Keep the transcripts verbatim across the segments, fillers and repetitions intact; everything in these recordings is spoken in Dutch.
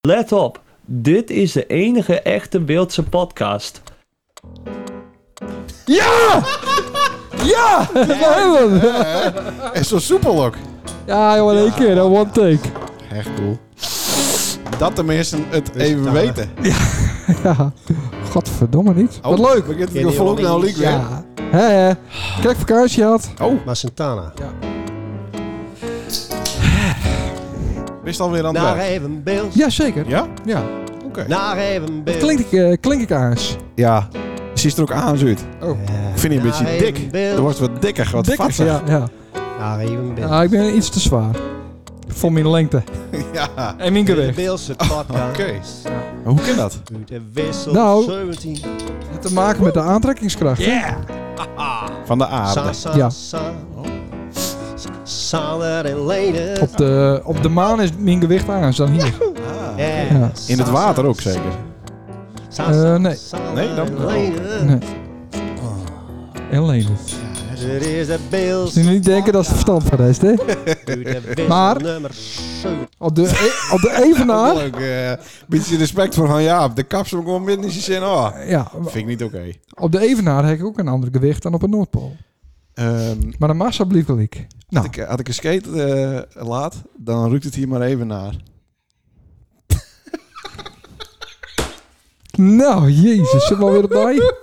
Let op, dit is de enige echte Beeldse podcast. Ja! Ja! Dat is wel heel En zo soepel ook. Ja, joh, in één keer, dat one take. Echt cool. Dat de mensen het even weten. Ja, godverdomme niet. Oh, Wat leuk. Begint Ken het je volk wel nou iets? liek weer? Ja. Hè, hè. Kijk, vakantie had. Oh, Maar Santana. wist alweer aan het Naar werk? even beeld. Ja, zeker. Ja? Ja. Oké. Naar even beeld. Klink ik, uh, klink ik aans? Ja. Zie je er ook aan uit? Oh. Ik vind je een beetje dik. Er wordt wat dikker, wat Dikker, vatsig. ja, ja. Naar even beeld. Ja, ik ben iets te zwaar. Voor mijn lengte. Ja. En mijn De gewicht. Beeldse podcast. Oké. Maar hoe kan dat? Uit de wissel Nou. zeventien. Het heeft te maken met de aantrekkingskracht. hè? Van de Sa, aarde. sa, Ja. sa. Sander en Lene. Op de, op de maan is mijn gewicht aans dan hier. Ah. Ja. In het water ook zeker? Eh, nee. Nee, dan- Nee. En Lene. Dit is de Beeldse Dus niet denken dat ze verstand van is, hè? uit de wissel Maar- nummer zeven. Op de, e- op de evenaar. Leuk. eh, beetje respect voor van ja, de kapsel gewoon midden in zijn zin. Oh. Ja, Vind ik niet oké. op de evenaar heb ik ook een ander gewicht dan op een Noordpool. Ehm, Maar de massa blijft wel ik. Nou, Had ik, had ik een skate eh, laat, dan ruikt het hier maar even naar. nou, jezus, zit maar weer erbij.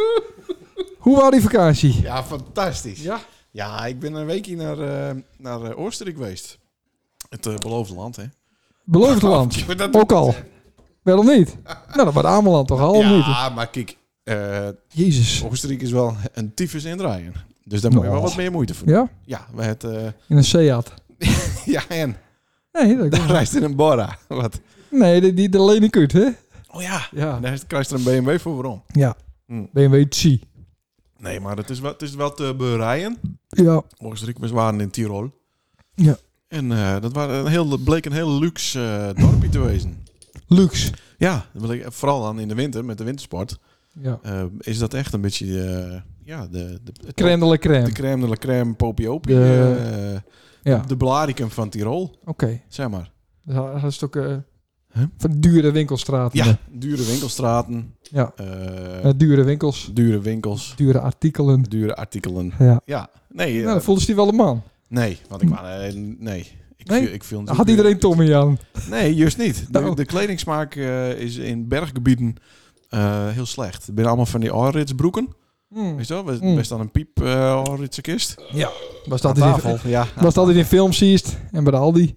Hoe was die vakantie? Ja, fantastisch. Ja. Ja, ik ben een weekje naar, eh, naar eh, Oostenrijk geweest. Het eh, beloofde land, hè? Beloofd land. Ik vind dat- Ook al. Wel of niet? Nou, dat was Ameland toch al of niet? Ja, maar kijk, eh, Jezus. Oostenrijk is wel een tyfus in draaien. Dus daar moet je wel Oh. wat meer moeite voor. Ja? Ja, we het, eh, In een Seat. ja, en Nee, dat daar reist in een Bora. Wat? nee die, die de lenen kunt, hè? Oh ja. Ja. En daar krijg je er een B M W voor, waarom? Ja. Hm. B M W T. Nee, maar het is wel, het is wel te berijden. Ja. Oostenrijk, we waren in Tirol. Ja. En eh, dat waren een heel, bleek een heel luxe eh, dorpje te wezen. Luxe. Ja, dat bleek, vooral dan in de winter, met de wintersport, Ja. eh, is dat echt een beetje eh, ja, de, de, het- Crème de la crème. de crème de la crème popiopie. De- eh, Ja. De blaricum van Tirol, Oké. zeg maar. Dat is ook uh, Huh? van dure winkelstraten. Ja, dure winkelstraten, Ja. eh, Uh, dure winkels. dure winkels, Dure artikelen. dure artikelen. Ja. Ja, nee, Nou, eh, dan voelde ze die wel een man. nee, want ik, wou- eh, nee. Ik, Nee? Viel, ik viel Had iedereen Tommy aan? Nee, juist niet. De, Nou. de kledingsmaak eh, is in berggebieden eh, heel slecht. Het zijn allemaal van die Aurits-broeken. Hmm. Weet je wel? Best, Mm. best aan een piep uh, Auritse kist. Ja. Was Aan dat in, tafel. Ja. was dat in films ziet en bij de Aldi?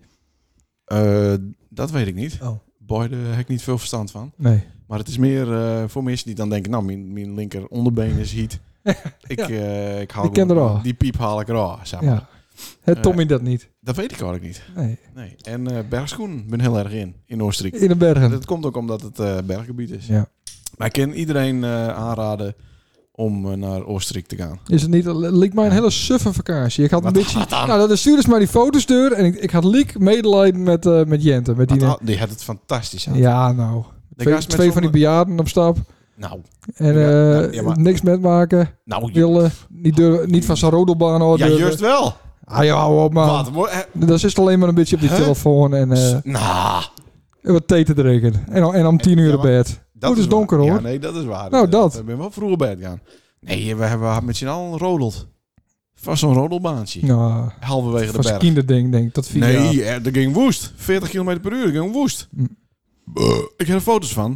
Eh, dat weet ik niet. Oh. Boy, daar heb ik niet veel verstand van. Nee. Maar het is meer eh, voor mensen die dan denken... Nou, mijn, mijn linker onderbeen is heat. ik, Ja. eh, ik haal Die ken gewoon- er al. Die piep haal ik er al, zeg maar. Ja. Het Tommy dat niet. Dat weet ik eigenlijk niet. Nee. Nee. En uh, bergschoen ben heel erg in, in Oostenrijk. In de bergen. Dat komt ook omdat het uh, berggebied is. Ja. Maar ik kan iedereen uh, aanraden om uh, naar Oostenrijk te gaan. Is het niet? Het leek mij een hele suffe vakantie. Ik had Wat- een beetje. wat dan? Nou, dat stuurde ze maar die foto's door en ik, ik had leek medelijden met uh, met Jente, met die. Die, die had het fantastisch aan. Ja, nou. De Twee, gast met twee van die zo'n- bejaarden op stap Nou, en Ja, uh, ja, ja, maar- niks metmaken. nou je- Willen niet durven, niet van zijn rodelbaan hoor. ja, juist wel. Ah ja, hou op man. Wat? Mooi, hè? Dat is alleen maar een beetje op die Huh? telefoon en uh, Nou, wat thee te drinken. En, om- en om tien uur Ja, in maar- bed. dat Oh, het is waar. donker, hoor. Ja, nee, dat is waar. Nou, dat. We zijn wel vroeg op bed gaan. Nee, we hebben met z'n allen rodeld. Van zo'n rodelbaantje. Nou, Halverwege de van zijn berg. kinderding denk ik. Dat vier jaar. Nee, er, er ging woest. veertig kilometer per uur, er ging woest. Hm. Buh. Ik heb er foto's van.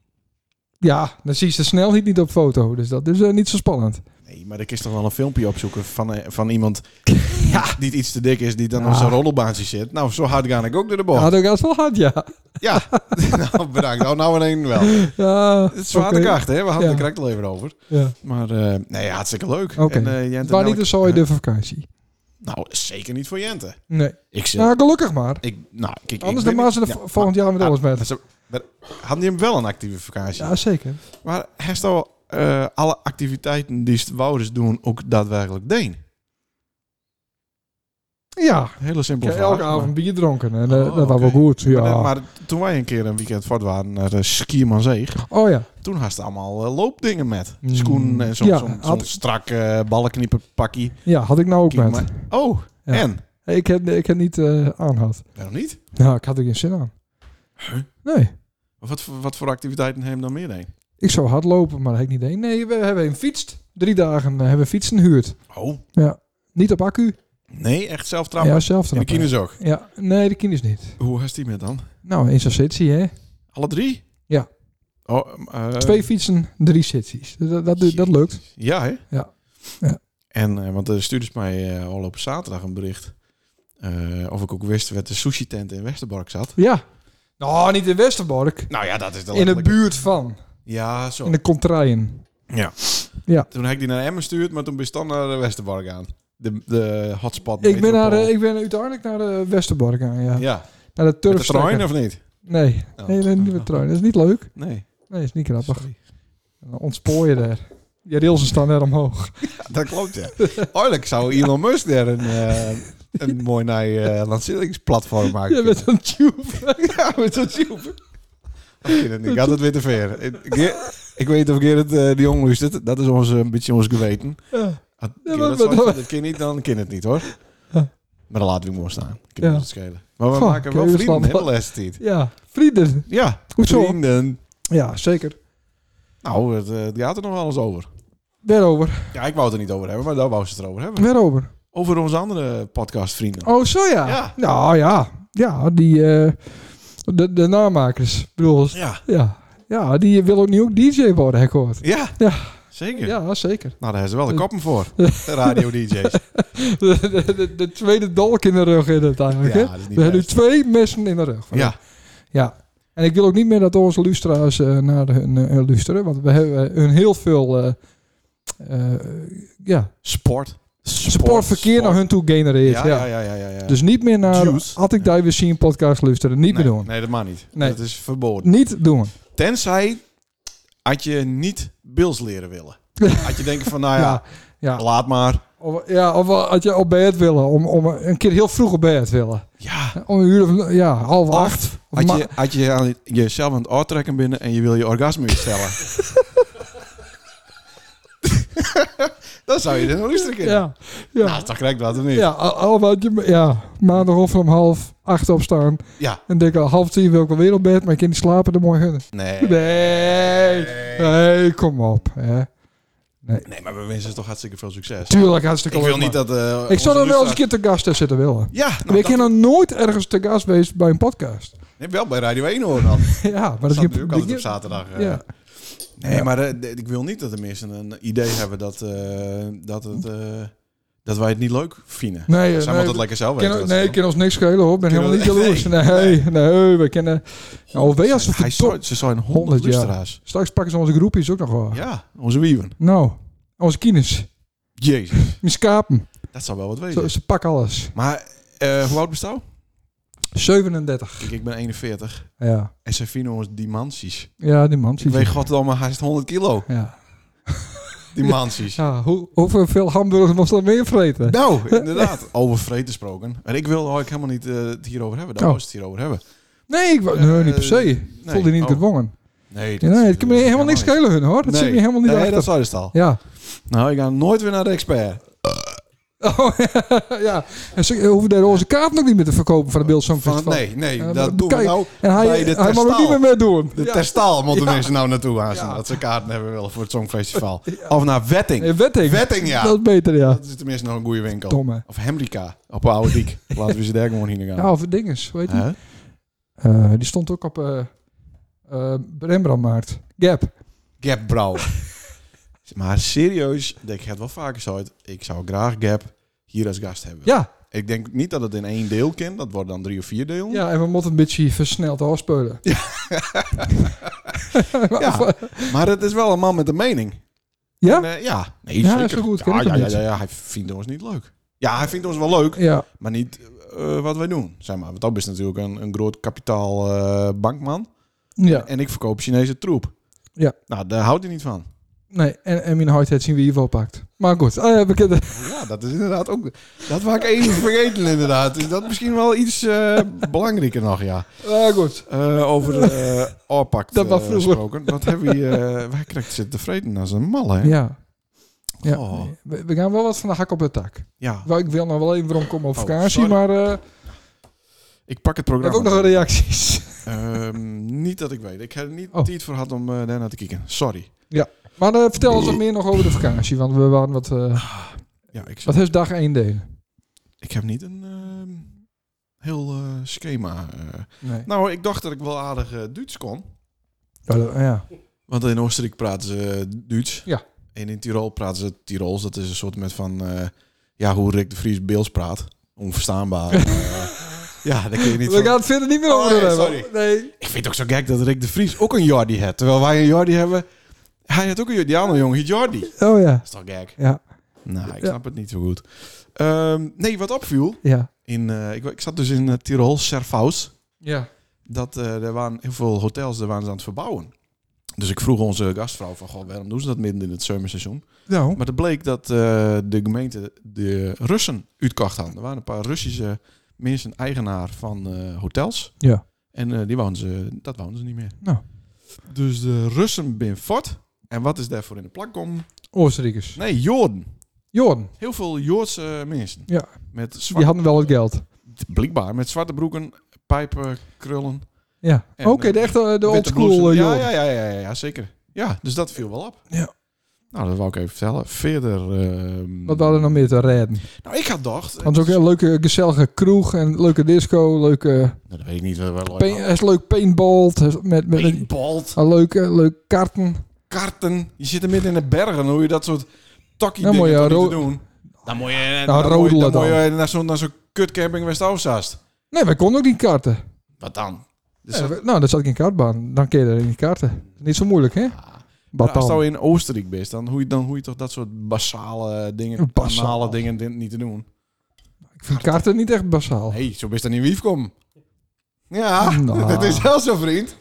Ja, dan zie je de snelheid niet op foto. Dus dat is uh, niet zo spannend. Nee, maar ik is toch wel een filmpje opzoeken van, eh, van iemand ja. die iets te dik is, die dan Ja. op zo'n roddelbaantje zit. Nou, zo hard ga ik ook door de bocht. Ja, dat gaat wel hard, ja. Ja, nou bedankt. Nou, nou in één wel. Ja, Het is zwaartekracht, hè? We hadden Ja. het correct al even over. Ja. Maar uh, nee, hartstikke leuk. Oké. En, uh, Jente, Het was nou, niet een ik- zooi de vakantie. Nou, zeker niet voor Jente. Nee. Ik zit... Nou, gelukkig maar. ik, nou, kijk, Anders ik dan ben maar ze niet- de ja, v- volgend jaar met maar- alles met. maar ze- maar hadden die hem wel een actieve vakantie? Ja, zeker. Maar hij is al uh, alle activiteiten die Wouders doen ook daadwerkelijk deen? Ja. Hele Ik simpele heb vraag. elke avond bier dronken. En uh, Oh, dat was oké. wel goed. Ja. Maar, dat- maar toen wij een keer een weekend voort waren naar uh, Skiermanzeeg, Oh ja. toen had ze allemaal uh, loopdingen met. Mm. Schoenen en zo'n Ja, zo'n- had- zo'n strak uh, ballenknieperpakkie. Ja, had ik nou ook Kijk met. maar- Oh, Ja. en? Ik heb, ik heb niet uh, aan gehad. Waarom niet? Nou, ik had er geen zin aan. Nee. Wat, voor- wat voor activiteiten hebben dan meer heen? Ik zou hardlopen, maar dat heb ik niet één. Nee, we hebben een fietst. Drie dagen eh, hebben we fietsen gehuurd. Oh, Niet op accu. nee, echt zelf trappen. Ja, zelf In de trappen. kines ook. Ja, nee, de kines niet. Hoe is die met dan? Nou, in zo'n sitsie, hè. Alle drie? Ja. Oh, eh, Twee fietsen, drie sitsies. Dat, dat, dat, dat lukt. Ja, hè? Ja. Ja. En, eh, want er stuurde mij uh, al op zaterdag een bericht. eh, of ik ook wist waar de sushi-tent in Westerbork zat. Ja. Nou, niet in Westerbork. Nou ja, dat is de In de buurt van. Ja, zo. In de contraien. Ja. Ja. Toen heb ik die naar Emmen gestuurd, maar toen ben ik dan naar de Westerbork aan. De, de hotspot. Ik ben, naar, metropool. eh, ik ben uiteindelijk naar de Westerbork aan, ja. Ja. Naar de Met de turfstrekker. trein of niet? Nee. Oh. Nee, nee, niet met de trein. Dat is niet leuk. Nee. Nee, dat is niet grappig. Sorry. Dan ontspoor je daar. Je railsen staan daar omhoog. Dat klopt, ja. Eigenlijk zou Elon Musk daar een, eh, een mooi nieuw uh, lanceringsplatform maken. Je bent een tube. Ja, met zo'n tube. Ik weet het niet. Ik had het weer te ver. Ik, ik, ik weet of Gerrit uh, de Jong luistert. Dat is ons, een beetje ons geweten. Ja. Als Ja, Gerrit maar- zegt, maar- dat kan niet, dan kan het niet, hoor. Ja. Maar dan laten we hem gewoon staan. Kan Ja. ja. het schelen. Maar we Goh, maken wel kun je vrienden, hè, slapen? de laatste tijd. Ja, vrienden. Ja, Hoezo? vrienden. Ja, zeker. Nou, het, uh, het gaat er nog wel eens over. Waarover? Ja, ik wou het er niet over hebben, maar daar wou ze het erover hebben. Waarover? Over onze andere podcastvrienden. Oh, zo ja. Ja. Nou ja. Ja, die... eh, de, de namakers. Bedoel, Ja. ja. Ja, die willen ook nu ook D J worden, heb ik gehoord. Ja. Ja. Zeker. Ja, zeker. Nou, daar hebben ze wel de koppen voor. De radio-D J's. De, de, de, de tweede dolk in de rug in het eigenlijk, Ja, hè? dat is niet We hebben nu best. twee messen in de rug. Ja. Ja. En ik wil ook niet meer dat onze luisteraars eh, naar hun uh, luisteren. Want we hebben hun heel veel uh, uh, ja, Sport. sportverkeer sport. naar hun toe genereert. Ja, Ja, ja, ja, ja, ja, ja. Dus niet meer naar Juice. Had ik daar weer zien podcast luisteren. Niet nee, meer doen. Nee, dat mag niet. Nee. Dat is verboden. Niet doen. Tenzij had je niet Bills leren willen. Had je denken van, nou ja, Ja. Ja. laat maar. Of, ja, of had je op bed willen. Om, om een keer heel vroeg op bed willen. Ja. Om een uur of ja, half Of acht. Of Had ma- je, had je aan jezelf aan het uittrekken binnen en je wil je orgasme uitstellen. Dan zou je er nog luisteren kunnen. ja. Ja. Nou, is toch correct wat of niet? Ja, al, al wat je, ja, maandag of om half acht opstaan. Ja. En denk al half tien wil ik wel weer op bed, maar ik kan niet slapen, dan moet je gunnen. Nee. Nee, nee, kom op. Hè. Nee, maar we wensen ze toch hartstikke veel succes. Tuurlijk, hartstikke Ik leuk. wil niet man. dat... uh, Ik zou dan wel eens een keer te gast zitten willen. Ja, nou, ik ben dat- nog nooit ergens te gast geweest bij een podcast. Nee, wel bij Radio één hoor dan. ja, maar Dat dat is is natuurlijk altijd op zaterdag. uh, Ja. Nee, Ja. maar uh, d- ik wil niet dat de mensen een idee hebben dat, uh, dat, het, uh, dat wij het niet leuk vinden. Nee, Zij nee, moeten het lekker zelf Ken, weten. nee, ik kan ons niks schelen hoor. Ik ben Kunnen helemaal niet we- jaloers. Nee, nee, we kennen... Oh, wij als ze Hij vertop- zou- Ze zijn honderd honderd jaar. luisteraars. Straks pakken ze onze groepjes ook nog wel. Ja, onze wieven. Nou, onze kines. Jezus, Mijn schapen. dat zou wel wat wezen. Ze, ze pakken alles. Maar uh, hoe oud bestou? zevenendertig. Kijk, ik ben eenenveertig. Ja. En ze vinden ons dimensies. Ja, die man. Ik weeg godverdomme haast honderd kilo. Ja. Dimensies. Ja, hoe, hoeveel hamburgers moest er meer vreten? Nou, inderdaad. Over vreten gesproken. En ik wil eigenlijk helemaal niet uh, het hierover hebben. Daar Oh. was het hierover hebben. Nee, ik, wou- nee, niet per se. Ik nee. voelde niet Oh. gedwongen. Nee, Ja, nee, het kan me helemaal niks schelen hun hoor. Dat Nee. zit me helemaal niet Nee, achter. dat zou je al. Ja. Nou, ik ga nooit weer naar de expert. Oh, ja. En ze hoeven daar onze kaart nog niet meer te verkopen van de Beeld Van, Songfestival. nee, nee, Ja, dat maar doen we kijk, nou En hij, bij de hij mag ook niet meer mee doen. De ja. Terstaal moeten Ja. mensen nou naartoe gaan. Ja. Dat ze kaarten hebben willen voor het Songfestival. Of naar Wetting. Nee, Wetting. Wetting, ja. Dat is beter, ja. Dat is tenminste nog een goede winkel. Domme. Of Hemrika, op Oude Diek. Laten we ze daar gewoon heen gaan. Ja, of dinges, weet je. Huh? Uh, die stond ook op uh, uh, Rembrandtmarkt. Gap. Gap brouwen. Maar serieus, ik heb het wel vaker zo uit. Ik zou graag Gap hier als gast hebben. Ja. Ik denk niet dat het in één deel kan. Dat wordt dan drie of vier delen. Ja, en we moeten een beetje versneld afspelen. Ja. Ja, maar het is wel een man met een mening. Ja? En, uh, ja. Nee, Ja, zeker. zo goed ken ja, ik hem ja, ja, niet. ja, ja, hij vindt ons niet leuk. Ja, hij vindt ons wel leuk, Ja. maar niet uh, wat wij doen. Zeg maar, want dat is natuurlijk een, een groot kapitaal uh, bankman. Ja. En ik verkoop Chinese troep. Ja. Nou, daar houdt hij niet van. Nee, en, en mijn hardheid zien we hier wel pakt. Maar goed, ah, ja, we kunnen... Ja, dat is inderdaad ook... Dat was ik even vergeten inderdaad. Is dat misschien wel iets uh, belangrijker nog, ja. Ah, goed. Uh, over uh, oorpakt Dat was uh, vroeger. gesproken. Wat hebben we... Uh, wij krijgen zitten tevreden als een mal, hè? Ja. Ja. Oh. We, we gaan wel wat van de hak op de tak. Ja. Wel, ik wil nog wel even rondkomen op Oh, vakantie, sorry. maar uh, Ik pak het we programma. hebben ook nog een reacties. Ehm, niet dat ik weet. Ik heb er niet Oh. tijd voor gehad om uh, daar naar te kijken. Sorry. Maar uh, vertel ons wat meer nog over de vakantie. Want we waren wat... Uh, Ja, ik, wat is dag één delen? ik heb niet een ehm, heel uh, schema. Uh. Nee. Nou, ik dacht dat ik wel aardig uh, Duits kon. Ja, dat- ja. Want in Oostenrijk praten ze uh, Duits. Ja. En in Tirol praten ze Tirols. Dat is een soort met van... Uh, ja, hoe Rick de Vries Beels praat. Onverstaanbaar. uh, ja, daar kun je niet We van... gaan het verder niet meer Oh, over nee, hebben. sorry. Nee. Ik vind het ook zo gek dat Rick de Vries ook een Jordi heeft. Terwijl wij een Jordi hebben... Hij had ook een Jordi. Die andere jongen, heet Jordi. Oh ja. Dat is toch gek? Ja. Nou, ik Ja. snap het niet zo goed. Um, nee, wat opviel... Ja. In, uh, ik, ik zat dus in uh, Tirol, Servaus. Ja. Dat uh, er waren heel veel hotels, daar waren ze aan het verbouwen. Dus ik vroeg onze gastvrouw van, goh, waarom doen ze dat midden in het zomerseizoen? Nou. Maar het bleek dat uh, de gemeente de Russen uitkocht hadden. Er waren een paar Russische mensen eigenaar van uh, hotels. Ja. En uh, die wouden ze, dat wouden ze niet meer. Nou. Dus de Russen ben fort. En wat is daarvoor in de plak komen? Oostenrijkers. Nee, Joden. Joden. Heel veel Joodse mensen. Ja. Met Die zwarte, hadden wel het geld. blijkbaar, met zwarte broeken, pijpen, krullen. Ja. En, Oké, uh, de echte de old witte school blouses. uh, ja, Joden. ja, ja, ja, ja, ja, zeker. Ja, dus dat viel wel op. Ja. Nou, dat wou ik even vertellen. Verder... ehm, Wat waren er nog meer te redden? Nou, ik had gedacht... Want ook een leuke gezellige kroeg en leuke disco, leuke Nou, dat weet ik niet. Wel, wel, paint, het is leuk paintball met met, met Paintball, een leuke leuke karten. karten. Je zit er midden in de bergen. Hoe je dat soort takkie Dan dingen moet je toch ro- niet te doen. Dan moet je... Nou, dan moet je, rodelen dan. Moet dan. je naar zo'n naar zo'n kutcamping West-Oostast. Nee, wij konden ook niet karten. Wat dan? Dus Nee, dat- we- nou, dat zat ik in kartbaan. Dan kun je er in die karten. Niet zo moeilijk, hè? Maar Wat als dan? je in Oostenrijk bent, dan hoe je, dan hoe je toch dat soort basale dingen, Basaal. banale dingen din- niet te doen. Ik vind karten niet echt basaal. Hé, hey, zo best dan in Wiefkom. Ja, Nou. dat is wel zo, vriend.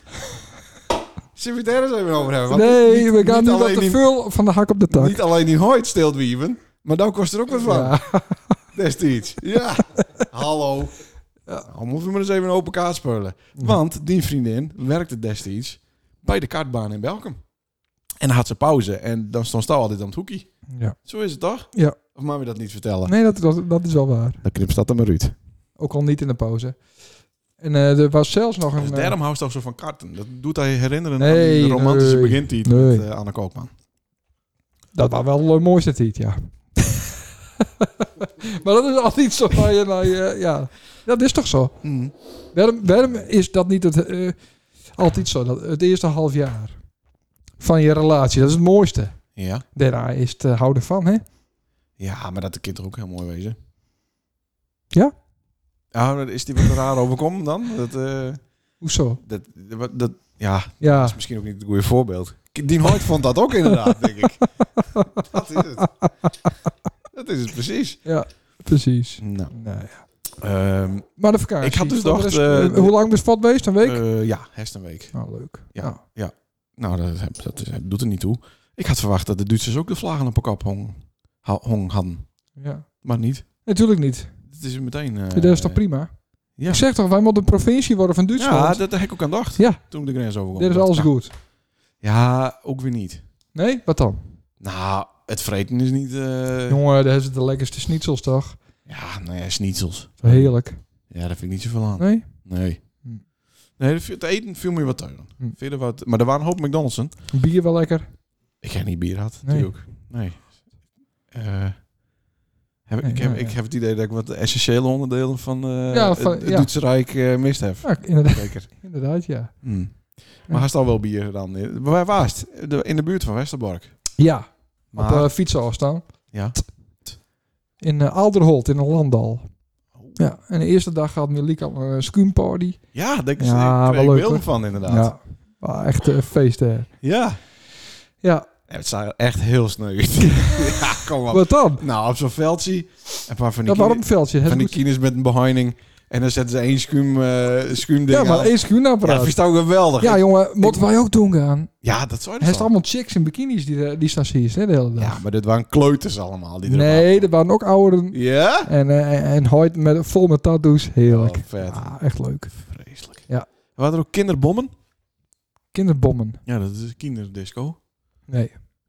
Zullen we het er eens even over hebben? Want Nee, niet- we gaan niet niet wat alleen te die- veel van de hak op de tak. Niet alleen die hooit steelt wieven, maar dan kost er ook wat van. Ja. Destijds. Ja. Hallo. Ja. Dan moeten we maar eens even een open kaart spelen. Want die vriendin werkte destijds bij de kartbaan in Belkom. En dan had ze pauze en dan stond ze altijd aan het hoekje. Ja. Zo is het toch? Ja. Of mag we dat niet vertellen? Nee, dat, dat, dat is wel waar. Dan knipt dat er maar uit. Ook al niet in de pauze. En eh, er was zelfs nog een... Dus eh, daarom houdt ze toch zo van karten. Dat doet hij herinneren Nee, aan die romantische nee, begintijd nee. met uh, Anne Koopman. dat was wel de mooiste tijd, ja. Maar dat is altijd zo van je... naar je- ja, dat is toch zo. Mm. Waarom, waarom is dat niet het, eh, altijd zo? Dat, het eerste half jaar van je relatie, dat is het mooiste. Ja. Daarna is het uh, houden van, hè? Ja, maar dat kind er ook heel mooi wezen. Ja? Ja, is die wat raar overkomen dan? Dat, uh, Hoezo? dat, dat, dat, ja, dat Ja, is misschien ook niet het goede voorbeeld. Die Hoyt vond dat ook inderdaad, denk ik. Dat is het. Dat is het precies. ja, precies. Nou, Nou, ja. ehm, Maar de vakantie. Ik had dus voor de dacht, rest, eh, eh, hoe lang ben je vat geweest? Een week? uh, ja, herst een week. Nou, leuk. Ja. Nou, Ja. Nou, dat, dat, is, dat doet er niet toe. Ik had verwacht dat de Duitsers ook de vlaggen op elkaar hong, ha- hong hadden. ja. Maar niet. Natuurlijk niet. Het is meteen... uh, dat is toch prima? Ja, Ik zeg toch, wij moeten een provincie worden van ja Duitsland. dat heb ik ook aan gedacht. Ja. Toen ik de grens overkwam. Dit is alles Ja. goed. Ja, ook weer niet. Nee? Wat dan? Nou, het vreten is niet... uh, Jongen, daar is het de lekkerste schnitzels toch? ja, nou ja, schnitzels. Heerlijk. Ja, daar vind ik niet zoveel aan. Nee? Nee. Hm. Nee, het het eten viel me wat tegen. Hm. Verder wat... Maar er waren een hoop McDonald's. Hè? Bier wel lekker? Ik heb niet bier gehad, Nee. natuurlijk. Nee. Eh, heb, Nee, ik, heb, ja, ik ja. heb het idee dat ik wat de essentiële onderdelen van, eh Ja, van- het, het ja. Duitse Rijk eh, mist heb. Ja, inderdaad, Zeker. inderdaad ja. Hm. Maar hij al wel bier dan? Waar was het? De, in de buurt van Westerbork. Ja, Maar, op uh, fietsenafstand. ja. In uh, Alderholt, in een landal. Oh. Ja, en de eerste dag had Miliek al een skuumparty. Ja, daar Ja, kreeg wel ik leuk, beelden hoor. van inderdaad. Ja, ah, echt een feest hè. Ja. Ja, Ja, het zag er echt heel sneu uit. Ja, kom op. wat dan? Nou, op zo'n veldje. Een paar van die, Dat was op kine- een veldje. Het van die moet- kines met een beheining. En dan zetten ze één schuim, uh, schuim ja, ding maar aan. één Ja, skuumapparaat. vind je het ook geweldig? Ja, jongen, moeten wij ook doen gaan. Ja, dat zou je Er dus zijn allemaal chicks in bikinis die, eh, die staan hier hè, de hele dag. Ja, maar dit waren kleuters allemaal. Die erop nee, af- er waren ook ouderen. Ja? En, eh, en, en huid met, vol met tattoos. Heerlijk. Oh, vet. Ah, echt leuk. Vreselijk. Ja. Waren er ook kinderbommen? Kinderbommen. Ja, dat is een kinderdisco. Nee.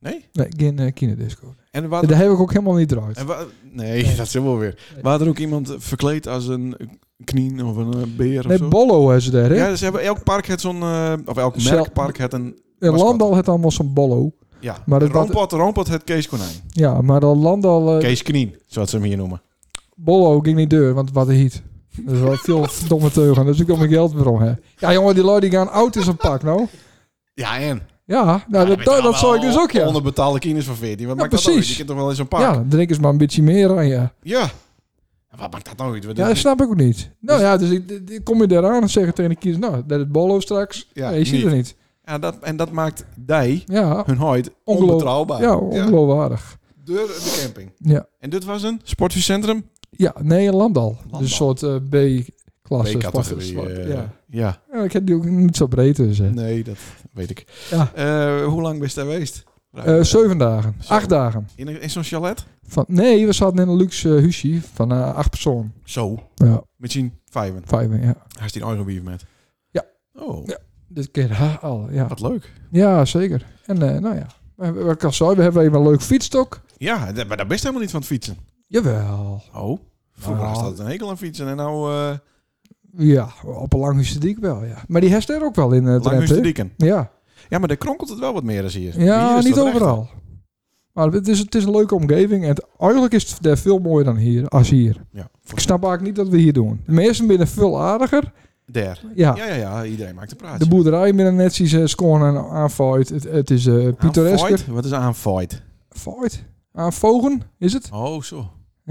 Nee? Nee, geen uh, kinderdisco. En wat? Daar heb ik ook helemaal niet eruit. En wa- nee, Nee. dat is wel weer. Nee. Waar er ook iemand verkleed als een knien of een eh, beer of Nee, zo? Bollo hebben ze daar, hè? Ja, ze hebben elk park het zo'n uh, of elk Zel- merkpark het een In mascotte. Landal het allemaal zo'n Bollo. Ja. Maar Maar dat de Roompot, Roompot het Kees Konijn. Ja, maar dan Landal... Uh, Kees Knien, zoals ze hem hier noemen. Bollo ging niet deur, want wat een heat. Dat is wel veel domme teugen. Dus ik wil mijn geld weer om, hè. Ja, jongen, die lui die gaan oud in zo'n pak, nou. Ja, en? Ja, nou, Ja, dat, dat, dat zou ik dus ook, ja. Onderbetaalde kinders van veertien. Wat Ja, maakt dat precies. uit? Je kunt toch wel in zo'n park? Ja, dan drinken ze maar een beetje meer aan, ja. Ja. En wat maakt dat nou uit? Wat Ja, is- dat snap ik ook niet. Nou Dus- ja, dus ik, ik kom je daar aan en zeg tegen de kiezers, nou, dat is Bollo straks. Ja, Ja, je ziet niet. het niet. Ja, dat, en dat maakt die, Ja, hun huid, Ongeloof- onbetrouwbaar. ja, ongeloofwaardig. Door de camping. Ja. En dit was een sportviscentrum? Ja, nee, een Landal. Landal. Dus een soort uh, B-klasse. B-categorie. sport- eh, ja. ja. ja, ik heb die ook niet zo breed dus. hè. Nee, dat weet ik. Ja. Eh, hoe lang ben je daar geweest? Eh, zeven dagen. Zo. Acht dagen. In, een- in zo'n chalet? Van, nee, we zaten in een luxe uh, huisje van uh, acht personen. Zo. Ja, Misschien vijf. vijf, ja. Hij is die eigen wief met. Ja. Oh, Ja. Dit keer ha, al, ja. wat leuk. Ja, zeker. En uh, nou ja, we- wat ik al zei, we hebben even een leuk fietsstok. Ja, d- maar daar best helemaal niet van het fietsen. Jawel. Oh. Vroeger Nou. was dat een hekel aan fietsen en nou uh, Ja, op een Langhuisdiek wel, ja. Maar die heeft er ook wel in uh, lang Drenthe. te hè? dieken. Ja, Ja, maar daar kronkelt het wel wat meer als hier. ja Hier is niet dat recht. overal. Maar het is, het is een leuke omgeving. En het, eigenlijk is het daar veel mooier dan hier, als hier. Ja, Ik snap eigenlijk niet dat we hier doen. De meesten binnen veel aardiger. daar. Ja, Ja, ja, ja. Iedereen maakt een praatje. de boerderij binnen netjes uh, schoon en aanvooit. Het, het is uh, pittoresker. Aanvoit? Wat is aanvoit? Voit? Aanvogen, is het? Oh, zo.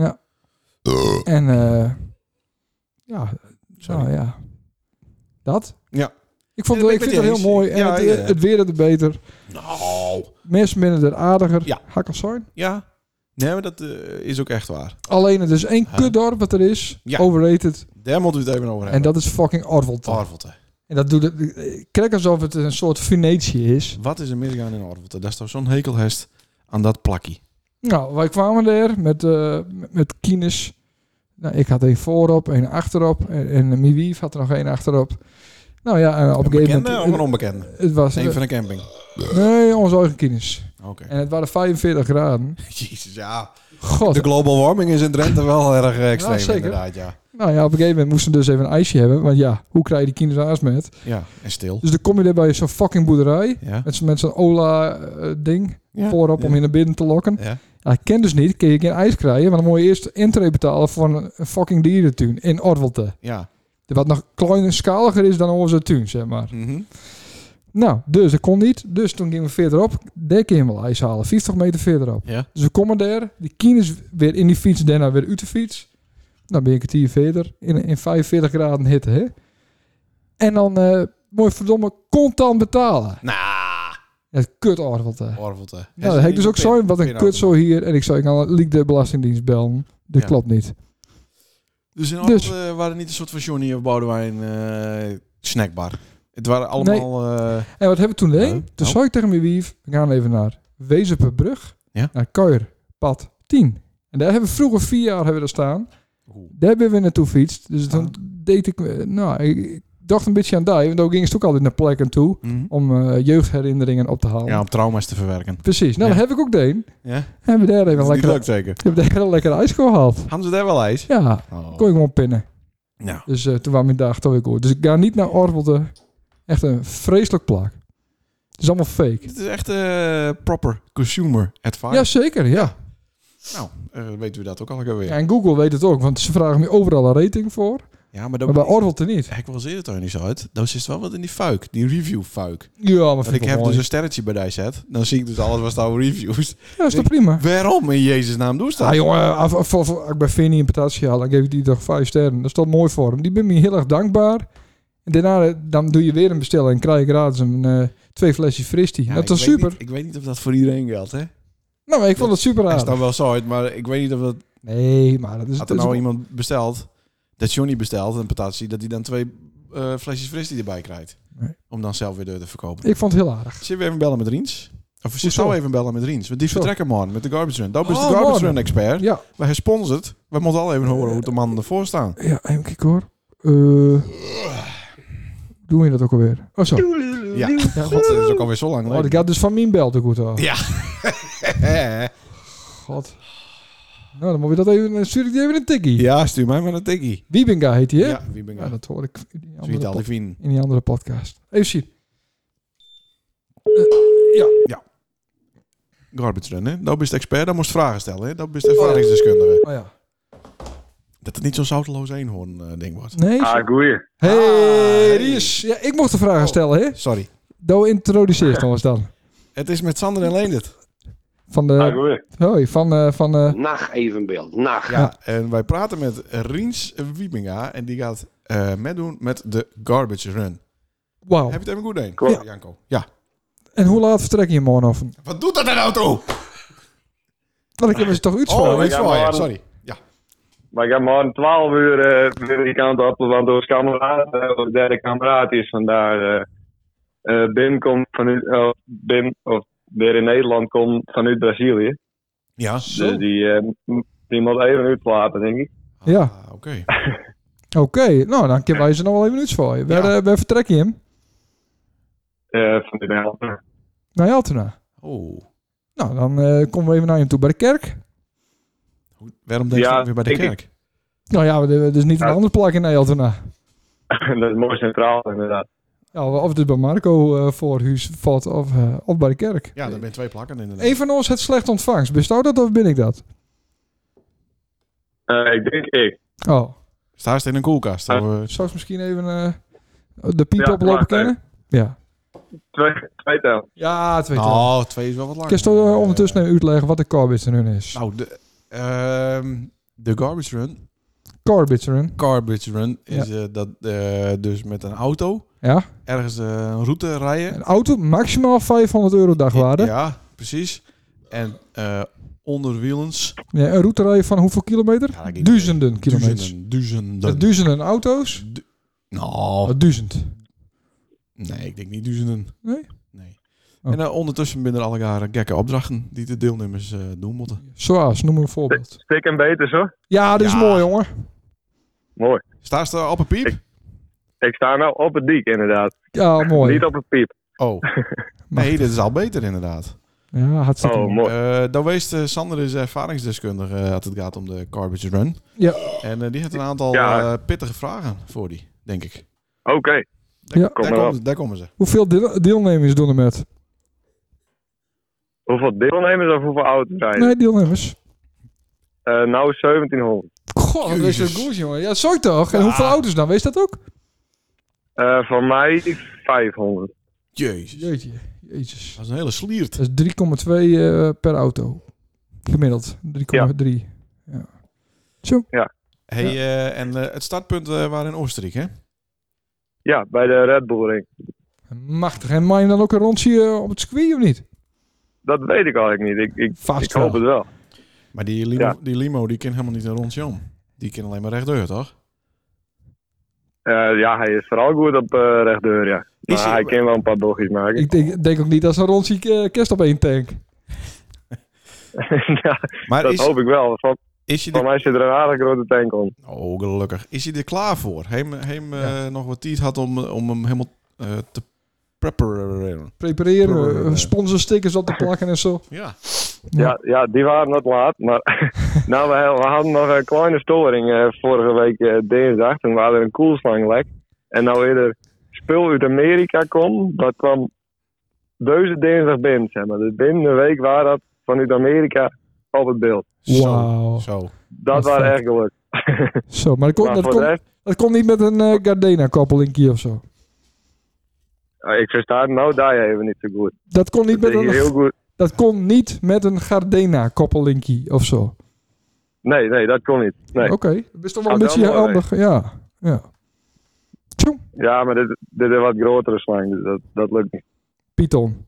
En eh ja, Sorry. nou ja, dat. Ja. Ik, vond Ja, het, dat ik ben vind ik het heel met je mooi. En eens. het, Ja, ja, ja. het weer er beter. Nou. Mensen binnen er aardiger. Ja. Hakkel zijn. Ja. Nee, maar dat uh, is ook echt waar. Alleen het is één Huh? kutdorp wat er is. Ja. Overrated. Daar moeten we het even over En hebben. dat is fucking Orvelte. Orvelte. En dat doet het. Kijk alsof het een soort Venetië is. Wat is er misgaan in Orvelte? Dat is toch zo'n hekelhest aan dat plakkie. Nou, wij kwamen er met, uh, met, met kines. Nou, ik had één voorop, één achterop. En, en mijn wief had er nog één achterop. Nou ja, en op Een een gegeven bekende of moment... een onbekende? Het was... Eén van de camping. Nee, onze eigen kines. Oké. En het waren vijfenveertig graden. Jezus, ja. God. De global warming is in Drenthe wel erg eh, extreem, Ja, zeker. inderdaad, ja. Nou ja, op een gegeven moment moesten we dus even een ijsje hebben. Want ja, hoe krijg je die kinderen aas met? Ja, en stil. Dus dan kom je er bij zo'n fucking boerderij. Ja. Met, z'n- met zo'n Ola-ding. Ja. Voorop ja. om je naar binnen te lokken. Ja. Ja, ik ken dus niet. Kun je geen ijs krijgen. Maar dan moet je eerst intree betalen voor een, een fucking dierentuin in Orvelte. Ja. Wat nog kleiner schaliger is dan onze tuin, zeg maar. Mhm. Nou, dus dat kon niet. Dus toen gingen we verderop. Daar kun je wel ijs halen. vijftig meter verderop. Ja. Dus we komen daar. Die kines weer in die fiets. Daarna weer uit de fiets. Dan ben ik het hier verder. In, in vijfenveertig graden hitte, hè. En dan, eh mooi verdomme, contant betalen. Nou, Het kut Orvelte. Orvelte. Nou, dat heb ik dus ook zo. Wat een kut zo hier. En ik zou ik kan liek de Belastingdienst bellen. Dat Ja. klopt niet. Dus in Dus- Orvelte waren niet een soort van Johnny of Boudewijn eh snackbar. Het waren allemaal... eh, En wat hebben we toen gedaan? Oh, Toen oh. zei ik tegen mijn wief, we gaan even naar Wezenperbrug. Ja. Naar Kuierpad tien. En daar hebben we vroeger vier jaar hebben we daar staan. Oeh. Daar hebben we naartoe fietst. Dus toen Ah. deed ik, eh, nou, ik, ik dacht een beetje aan die. Want dan ging het ook altijd naar plekken toe. Mhm. Om eh, jeugdherinneringen op te halen. Ja, om trauma's te verwerken. Precies. Nou, Ja. dat heb ik ook gedaan. Ja? Hebben we daar even Dat is niet lekker, leuk zeker. hebben we daar een lekker ijs gehaald. Hadden ze daar wel ijs? Ja, Oh. kon ik gewoon pinnen. Nou. Dus uh, toen was mijn dag toch weer goed. Dus ik ga niet naar Orvelte. Echt een vreselijk plak. Het is allemaal fake. Het is echt eh, proper consumer advice. Ja, zeker. Ja. Nou, eh, weten we dat ook al weer. Ja, en Google weet het ook, want ze vragen me overal een rating voor. Ja, maar, Maar bij Orvelte niet. ik wil eerder toch niet zo uit. Dan zit wel wat in die fuik, die review fuik. Ja, maar Want vind ik ik heb wel dus mooi. een sterretje bij die set. Dan zie ik dus alles wat daar reviews. Ja, is toch prima? Waarom in Jezus naam doe je dat? Ja, jongen, als, als, als, als ik bij Vinnie een patatje haal, dan geef ik die toch vijf sterren. Dat is toch mooi voor hem. Die ben me heel erg dankbaar. En daarna eh, dan doe je weer een bestelling en krijg je gratis een, eh, twee flesjes fristie. Ja, dat ik is weet super. niet- ik weet niet of dat voor iedereen geldt, hè? Nou, maar ik vond het super Hij is aardig. dan wel zo uit, maar ik weet niet of dat... Nee, maar dat is... Had er dat is nou iemand besteld, dat Johnny bestelt, een patatje, dat hij dan twee eh, flesjes fristie erbij krijgt. Nee. Om dan zelf weer door te verkopen. Ik vond het heel aardig. Zullen we even bellen met Riens? Of ze Hoezo? zou even bellen met Riens. Want die Zo. vertrekken morgen met de Garbage Run. Dat is Oh, de Garbage morgen. Run expert. Ja, Wij hebben sponsord. We moeten al even horen hoe de mannen ervoor staan. ja even kijken hoor. Eh, Doe je dat ook alweer? Oh zo. Ja, god, dat is ook alweer zo lang Oh, geleden. dat gaat dus van mijn bel te goed af. Ja. God. Nou, dan moet je dat even... Dan stuur ik die even een tikkie. Ja, stuur mij maar een tikkie. Wiebinga heet hij, hè? Ja, wie ben Ja, ik? dat hoor ik in die Sweet andere, pod- Alivine. in die andere podcast. Even zien. Uh, ja. Garbage Run, hè? Dat bist expert, dat moest vragen stellen, hè? Dat bist ervaringsdeskundige. Oh ja. Dat het niet zo'n zouteloos eenhoorn uh, ding wordt. Nee? Ah, goeie. Hey, Ah, die is... Ja, ik mocht de vragen Oh. stellen, hè? Sorry. Doe introduceert ons dan. Het is met Sander en Leendert. Van Ah, de... goeie. Hoi, van... eh van eh Nacht evenbeeld. Nacht. Ja, en wij praten met Riens Wiebinga en die gaat uh, meedoen met de Garbage Run. Wauw. Heb je het even goed heen? Klopt. Janko. Ja. En hoe laat vertrek je morgen af? Wat doet dat een auto? Dan ik hebben ze toch iets Oh, voor. ik iets ga voor je. morgen- Sorry. Ja. Maar ik ga morgen twaalf uur uh, weer die kant op, want ons kameraad, uh, ons derde kameraad is vandaar. Uh, uh, Bim komt vanuit, uh, Bim, of weer in Nederland komt vanuit Brazilië. Ja. Dus die, uh, m- die moet even uitslapen, denk ik. Ja. Ah, oké. Oké, nou dan kunnen wij ze nog wel even iets voor je. Waar, Ja. eh, waar vertrek je hem? Uh, vanuit Nederland. Naar Altena. Oh. Nou, dan eh, komen we even naar je toe bij de kerk. Hoe- Waarom denk je Ja, ook weer bij de ik- kerk? Nou ja, er is niet een Ja. andere plek in Altena. Dat is mooi centraal, inderdaad. Ja, of het is bij Marco eh voor huis valt of, eh, of bij de kerk. Ja, er zijn twee plakken inderdaad. Eén van ons het slecht ontvangst. Bestaat dat of ben ik dat? Uh, ik denk ik. Oh, Staat in een koelkast. Ah. Of, uh, zou ik misschien even eh, de piep Ja, oplopen wacht kennen? Ja. Twee, twee tel. Ja, twee keer. nou, twee is wel wat langer. Kun je Eh, ondertussen even uitleggen wat de Carbits Run is? Nou, de, ehm, de Garbage Run. Carbits Run. Garbage Run is eh, dat eh, dus met een auto Ja. ergens eh, een route rijden. Een auto maximaal vijfhonderd euro dagwaarde. Ja. Ja, precies. En eh onderwielens. Een route rijden van hoeveel kilometer? Ja, dat ik- Duizenden kilometers. Duizenden. Duizenden. Met duizenden auto's? Du- nou, Oh, duizend. nee, ik denk niet duizenden. Nee? Nee. Oh. En eh, ondertussen binnen alle jaren gekke opdrachten die de deelnemers eh, doen moeten. Zoals, noem een voorbeeld. Stik en beter zo. Ja, dit is Ja. mooi, jongen. Mooi. Staat ze op een piep? Ik sta nou op het dik, inderdaad. Ja, mooi. Niet op het piep. Oh. Nee, dit is al beter inderdaad. Ja, hartstikke Oh, mooi. mooi. Eh dan wees uh, Sander is ervaringsdeskundige uh, als het gaat om de Garbage Run. Ja. En uh, die heeft een aantal Ja. uh, pittige vragen voor die, denk ik. Oké. Daar, Ja. Kom daar, maar komen, daar komen ze. Hoeveel deel- deelnemers doen er met? Hoeveel deelnemers of hoeveel auto's rijden? Nee, deelnemers. Eh, nou zeventienhonderd. Goh, dat is Jezus. zo goed, jongen. Ja, zo toch? En Ja. hoeveel auto's dan? Weet je dat ook? Eh van mij vijfhonderd. Jezus. Jeetje. Jezus. Dat is een hele sliert. Dat is drie komma twee eh, per auto. Gemiddeld. drie komma drie. Ja. Zo. Hey, uh, en uh, het startpunt uh, waren in Oostenrijk, hè? Ja, bij de Red Bull Ring. Machtig. En maak je dan ook een rondje eh, op het circuit of niet? Dat weet ik eigenlijk niet. Ik, ik, Vast ik hoop wel. het wel. Maar die limo, Ja. die, limo die kan helemaal niet een rondje om. Die kan alleen maar rechtdoor, toch? Eh, ja, hij is vooral goed op uh, rechtdeur, ja. Maar Is hij- hij kan wel een paar bochtjes maken. Ik denk, denk ook niet dat zo'n rondje eh, kerst op één tank. ja, Maar dat is, hoop ik wel. Van, is je van er... mij zit er een aardig grote tank om. Oh, gelukkig. Is hij er klaar voor? Hem, hem uh, Ja. nog wat tijd had om, om hem helemaal uh, te prepareren. Prepareren, Prepareren. eh, sponsorstickers op te plakken en zo. Ja. Ja, ja, die waren wat laat. Maar nou, we, we hadden nog een kleine storing eh, vorige week eh, dinsdag. Toen was er een koelslang lek. En nou weer er spul uit Amerika kwam. Dat kwam deze dinsdag binnen, zeg maar. Dus binnen een week waren dat vanuit Amerika op het beeld. Wauw. Zo. zo. Dat Wat was vet. echt gelukt. Zo, maar dat kon, Maar dat voor kon, de rest, dat kon niet met een eh Gardena-koppeling of zo. eh, ik versta het nou daar even niet zo goed. Dat kon niet Het met is hier een, heel goed. dat kon niet met een Gardena-koppeling of zo. Nee, nee, dat kon niet. Nee. Oké, dat is toch wel een Had beetje wel mooi handig. Ja, ja. Tjoe, Ja, maar dit, dit is een wat grotere slang, dus dat, dat lukt niet. Python.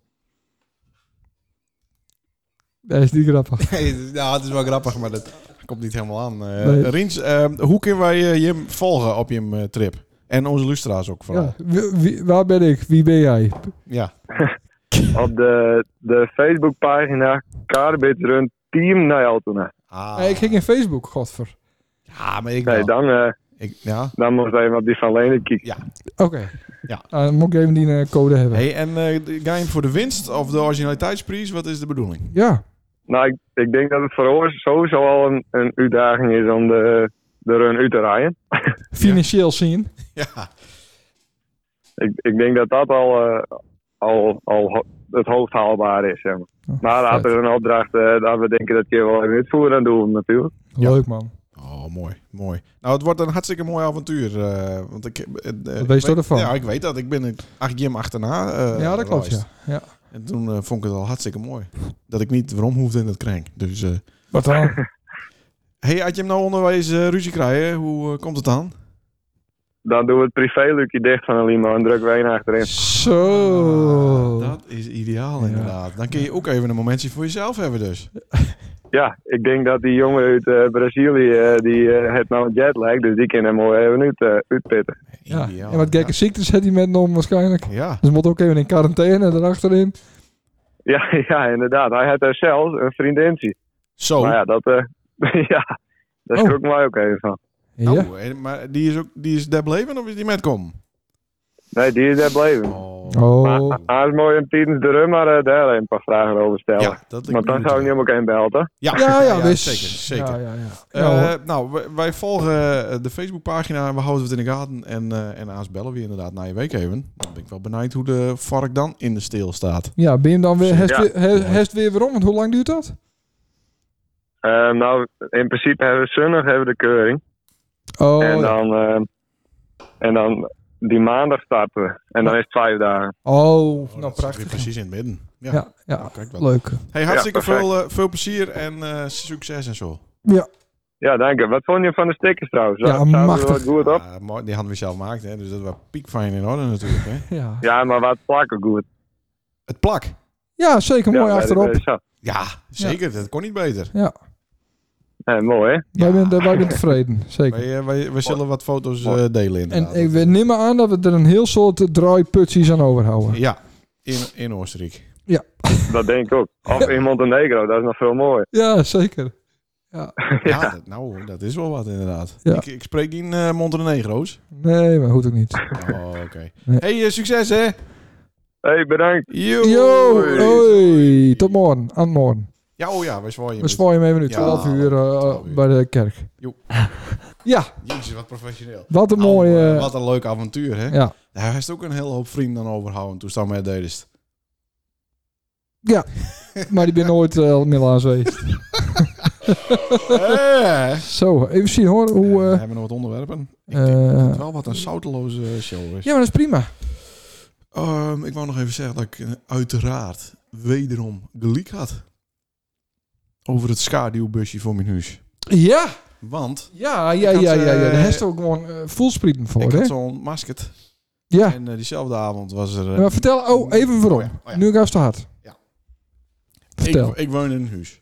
Dat is niet grappig. ja, het is wel grappig, maar dat komt niet helemaal aan. Uh, Nee. Riens, uh, hoe kunnen wij uh, je volgen op je uh, trip? En onze lustra's ook vooral. Ja, wie- wie- waar ben ik? Wie ben jij? Ja. Op de, de Facebookpagina Carbit Run Team naar Altona. Ah. Nee, ik ging in Facebook, godver. Ja, maar ik Nee, wel. dan, eh, Ik, ja. Dan moet je even op die van Lene kijken. Ja. Oké. Ja. Uh, dan moet ik even die uh, code hebben. Hey, en uh, ga je voor de winst of de originaliteitsprijs? Wat is de bedoeling? Ja. Nou, ik, ik denk dat het voor ons sowieso al een, een uitdaging is om de, de run uit te rijden. Financieel zien. Ja. Ik, ik denk dat dat al, uh, al, al ho- het hoogst haalbaar is, zeg maar. Oh, maar als vet. er een opdracht uh, dat we denken dat je wel even uitvoeren, dan doen we het natuurlijk. Ja. Leuk, man. Oh, mooi, mooi. Nou, het wordt een hartstikke mooi avontuur. Uh, want ik, uh, uh, Wat weet je ik ervan? Ja, ik weet dat. Ik ben acht Jim achterna. Uh, ja, dat klopt, ja. reisd. ja. En toen uh, vond ik het al hartstikke mooi. Dat ik niet waarom hoefde in het kring. Dus, uh, Wat dan? hey, had je hem nou onderwijs uh, ruzie krijgen? Hoe uh, komt het aan? Dan doen we het privéluikje dicht van een limo en drukken we één achterin. Zo. Ah, dat is ideaal, Ja. inderdaad. Dan kun je ook even een momentje voor jezelf hebben dus. Ja, ik denk dat die jongen uit uh, Brazilië, uh, die uh, heeft nou een jetlag, dus die kan hem mooi even uit, uh, uitpitten. Ja. Ideaal. En wat gekke ziektes heeft hij met nom waarschijnlijk. Ja. Dus moet ook even in quarantaine erachterin. Ja, ja, inderdaad. Hij had er zelfs een vriendinnetje. Zo. Maar ja, dat, uh, ja, daar Oh. schrok ik mij ook even van. Ja. Oh, en- maar die is ook die is daar bleven of is die metkom? Nee, die is daar bleven. Oh. Oh. Maar hij is mooi in tijdens de run, maar uh, daar een paar vragen over stellen. Ja, dat lijkt Want me dan goed, zou ik ja. niet om elkaar bellen, toch? Ja, Ja, ja, wist. zeker, zeker. Ja, ja, ja. Eh, Ja, hoor. nou, wij, wij volgen uh, de Facebookpagina, we houden het in de gaten en, uh, en aans bellen we je inderdaad naar je week even. Dan ben ik wel benieuwd hoe de vark dan in de steel staat. ja, ben je hem dan weer, hest Ja. weer, he- hest weer weer om? Want hoe lang duurt dat? Uh, nou, in principe hebben we zondag hebben we de keuring. Oh, en, ja. dan, uh, en dan die maandag starten we. En dan is het vijf dagen. oh, Oh, nou dat zit weer prachtig. precies in het midden. Ja, Ja, ja, kijk wel. leuk. Hey, hartstikke Ja, perfect. veel, uh, veel plezier en uh, succes en zo. Ja, Ja, dank je. Wat vond je van de stickers trouwens? Ja, Zaten er machtig. wat goed op? Ja, mooi, die hadden we zelf gemaakt, hè, dus dat was piekfijn in orde natuurlijk. Hè. ja. Ja, maar wat plakken goed. Het plak. ja zeker mooi ja, achterop. bij de- bij de Ja, zeker. Dat kon niet beter. Ja, Ja, mooi hè? wij zijn wij zijn tevreden. Zeker. Wij, uh, wij, wij zullen wat foto's uh, delen En inderdaad. ik we nemen aan dat we er een heel soort draaiputjes aan overhouden. Ja, in, in Oostenrijk. Dat denk ik ook. Of in Montenegro, dat is nog veel mooier. Ja, zeker. Ja. Ja, dat, nou, dat is wel wat inderdaad. Ja. Ik, ik spreek geen uh, Montenegro's. Nee, maar goed ook niet. Oh, oké. Nee. Hey, uh, succes hè. Hey, bedankt. Yo. Yo, hoi. Tot morgen. Aan morgen. Ja, oh ja, wij zwaaien. We zwaaien hem even nu. Ja, twaalf uur uh, twaalf uur. bij de kerk. Jo. Ja, Jezus, wat professioneel. wat een Oh, mooie... uh, wat een leuk avontuur hè. ja. Hij heeft ook een hele hoop vrienden aan overhouden toen staan met deden. ja, maar die ben nooit uh, meer aan geweest. Eh. Zo, even zien hoor. Hoe, We uh, hebben nog wat onderwerpen. Ik eh, denk dat het wel wat een zouteloze show is. ja, maar dat is prima. Um, ik wou nog even zeggen dat ik uh, uiteraard wederom gelijk had. Over het schaduwbusje voor mijn huis. Ja, Want ja, ja, Ik had, ja, ja, ja. eh, Daar heeft ook gewoon uh, voelsprieten voor, ik hè? had zo'n masket. Ja. En uh, diezelfde avond was er... uh, Maar vertel, oh, even waarom. Oh ja, oh ja. Nu ga je te hard. Ja. Vertel. ik, ik woon in een huis.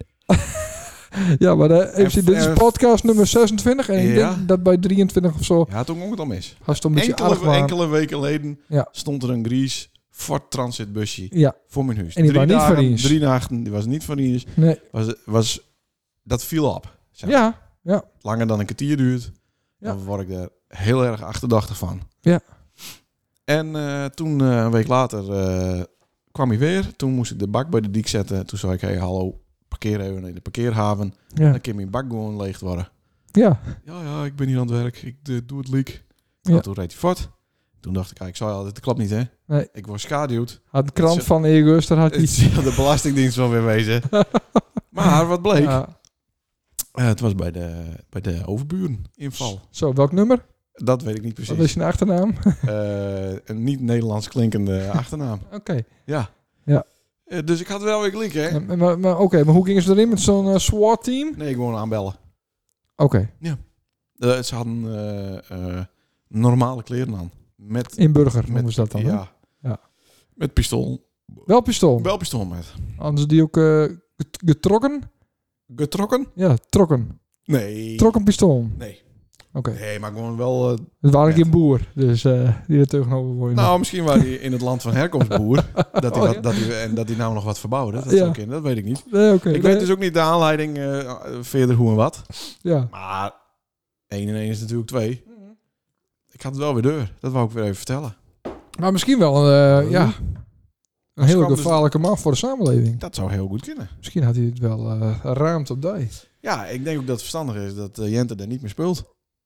Ja, maar uh, even En- zien, dit is en- podcast nummer zesentwintig. En ik Ja. denk dat bij drieëntwintig of zo... Ja, toen ging het al mis. Had je een beetje Enkele, argwaan. enkele weken geleden Ja. stond er een Gries Ford Transit busje Ja, voor mijn huis. En die drie waren niet dagen, voor Ries. Drie nachten, die was niet van Ries. nee. Was, was, dat viel op. zeg maar. Ja, Langer dan een kwartier duurt. Ja. Dan word ik er heel erg achterdachtig van. Ja. En uh, toen, uh, een week later, uh, kwam hij weer. Toen moest ik de bak bij de dik zetten. Toen zei ik, hey, hallo, parkeer even in de parkeerhaven. ja, Dan kan mijn bak gewoon leeg worden. ja. Ja, ja, ik ben hier aan het werk. Ik uh, doe het leak. Ja. Nou, toen reed hij fort. Toen dacht ik, ah, ik zei al, dit klopt niet, hè? Nee. Ik word schaduwd. Had een krant Het is- van Egus, daar had Het hij... zal de Belastingdienst wel weer wezen. Maar wat bleek? Ja. Uh, het was bij de, bij de overburen inval. Zo, welk nummer? Dat weet ik niet precies. Wat is je achternaam? Uh, een niet-Nederlands klinkende achternaam. Oké. Ja. Ja. Uh, dus ik had wel weer klinken, hè? Maar, maar, maar, Oké, maar hoe gingen ze erin met zo'n uh, SWAT-team? Nee, gewoon aanbellen. Oké, Uh, ze hadden uh, uh, normale kleren aan. Met, in Burger met noemen ze dat dan. hè? Ja. Ja. Met pistool. Wel pistool. Wel pistool met. Anders die ook uh, get- getrokken? Getrokken? Ja, trokken. Nee. Trokken pistool. Nee. Oké. Nee, maar gewoon wel... Uh, Het waren Net. geen boer, dus uh, die er tegenover wonen. nou, misschien was hij in het land van herkomst boer. dat hij Oh, wat, ja? dat hij, en dat hij nou nog wat verbouwde. Dat, Ja. zou kunnen, dat weet ik niet. Nee, oké. Ik weet dus ook niet de aanleiding uh, verder hoe en wat. Ja, Maar één en één is natuurlijk twee. Ik had het wel weer deur. Dat wou ik weer even vertellen. Maar misschien wel uh, ja, een hele kwam dus- gevaarlijke man voor de samenleving. Dat zou heel goed kunnen. Misschien had hij het wel uh, ruimte op die. Ja, ik denk ook dat het verstandig is dat uh, Jente er niet meer speelt.